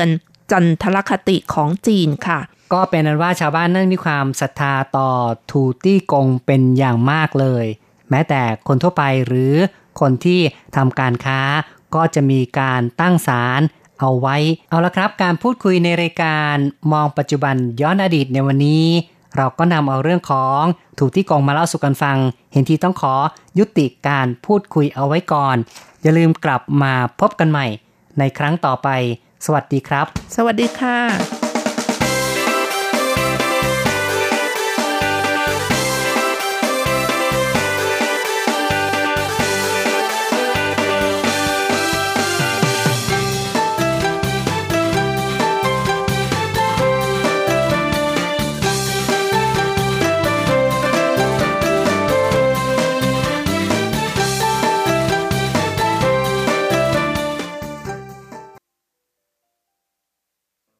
จันทรคติของจีนค่ะก็เป็นนั้นว่าชาวบ้านนั้นมีความศรัทธาต่อทูตี้กงเป็นอย่างมากเลยแม้แต่คนทั่วไปหรือคนที่ทำการค้าก็จะมีการตั้งศาลเอาไว้เอาละครับการพูดคุยในรายการมองปัจจุบันย้อนอดีตในวันนี้เราก็นำเอาเรื่องของทูตี้กงมาเล่าสู่กันฟังเห็นทีต้องขอยุติการพูดคุยเอาไว้ก่อนอย่าลืมกลับมาพบกันใหม่ในครั้งต่อไปสวัสดีครับสวัสดีค่ะ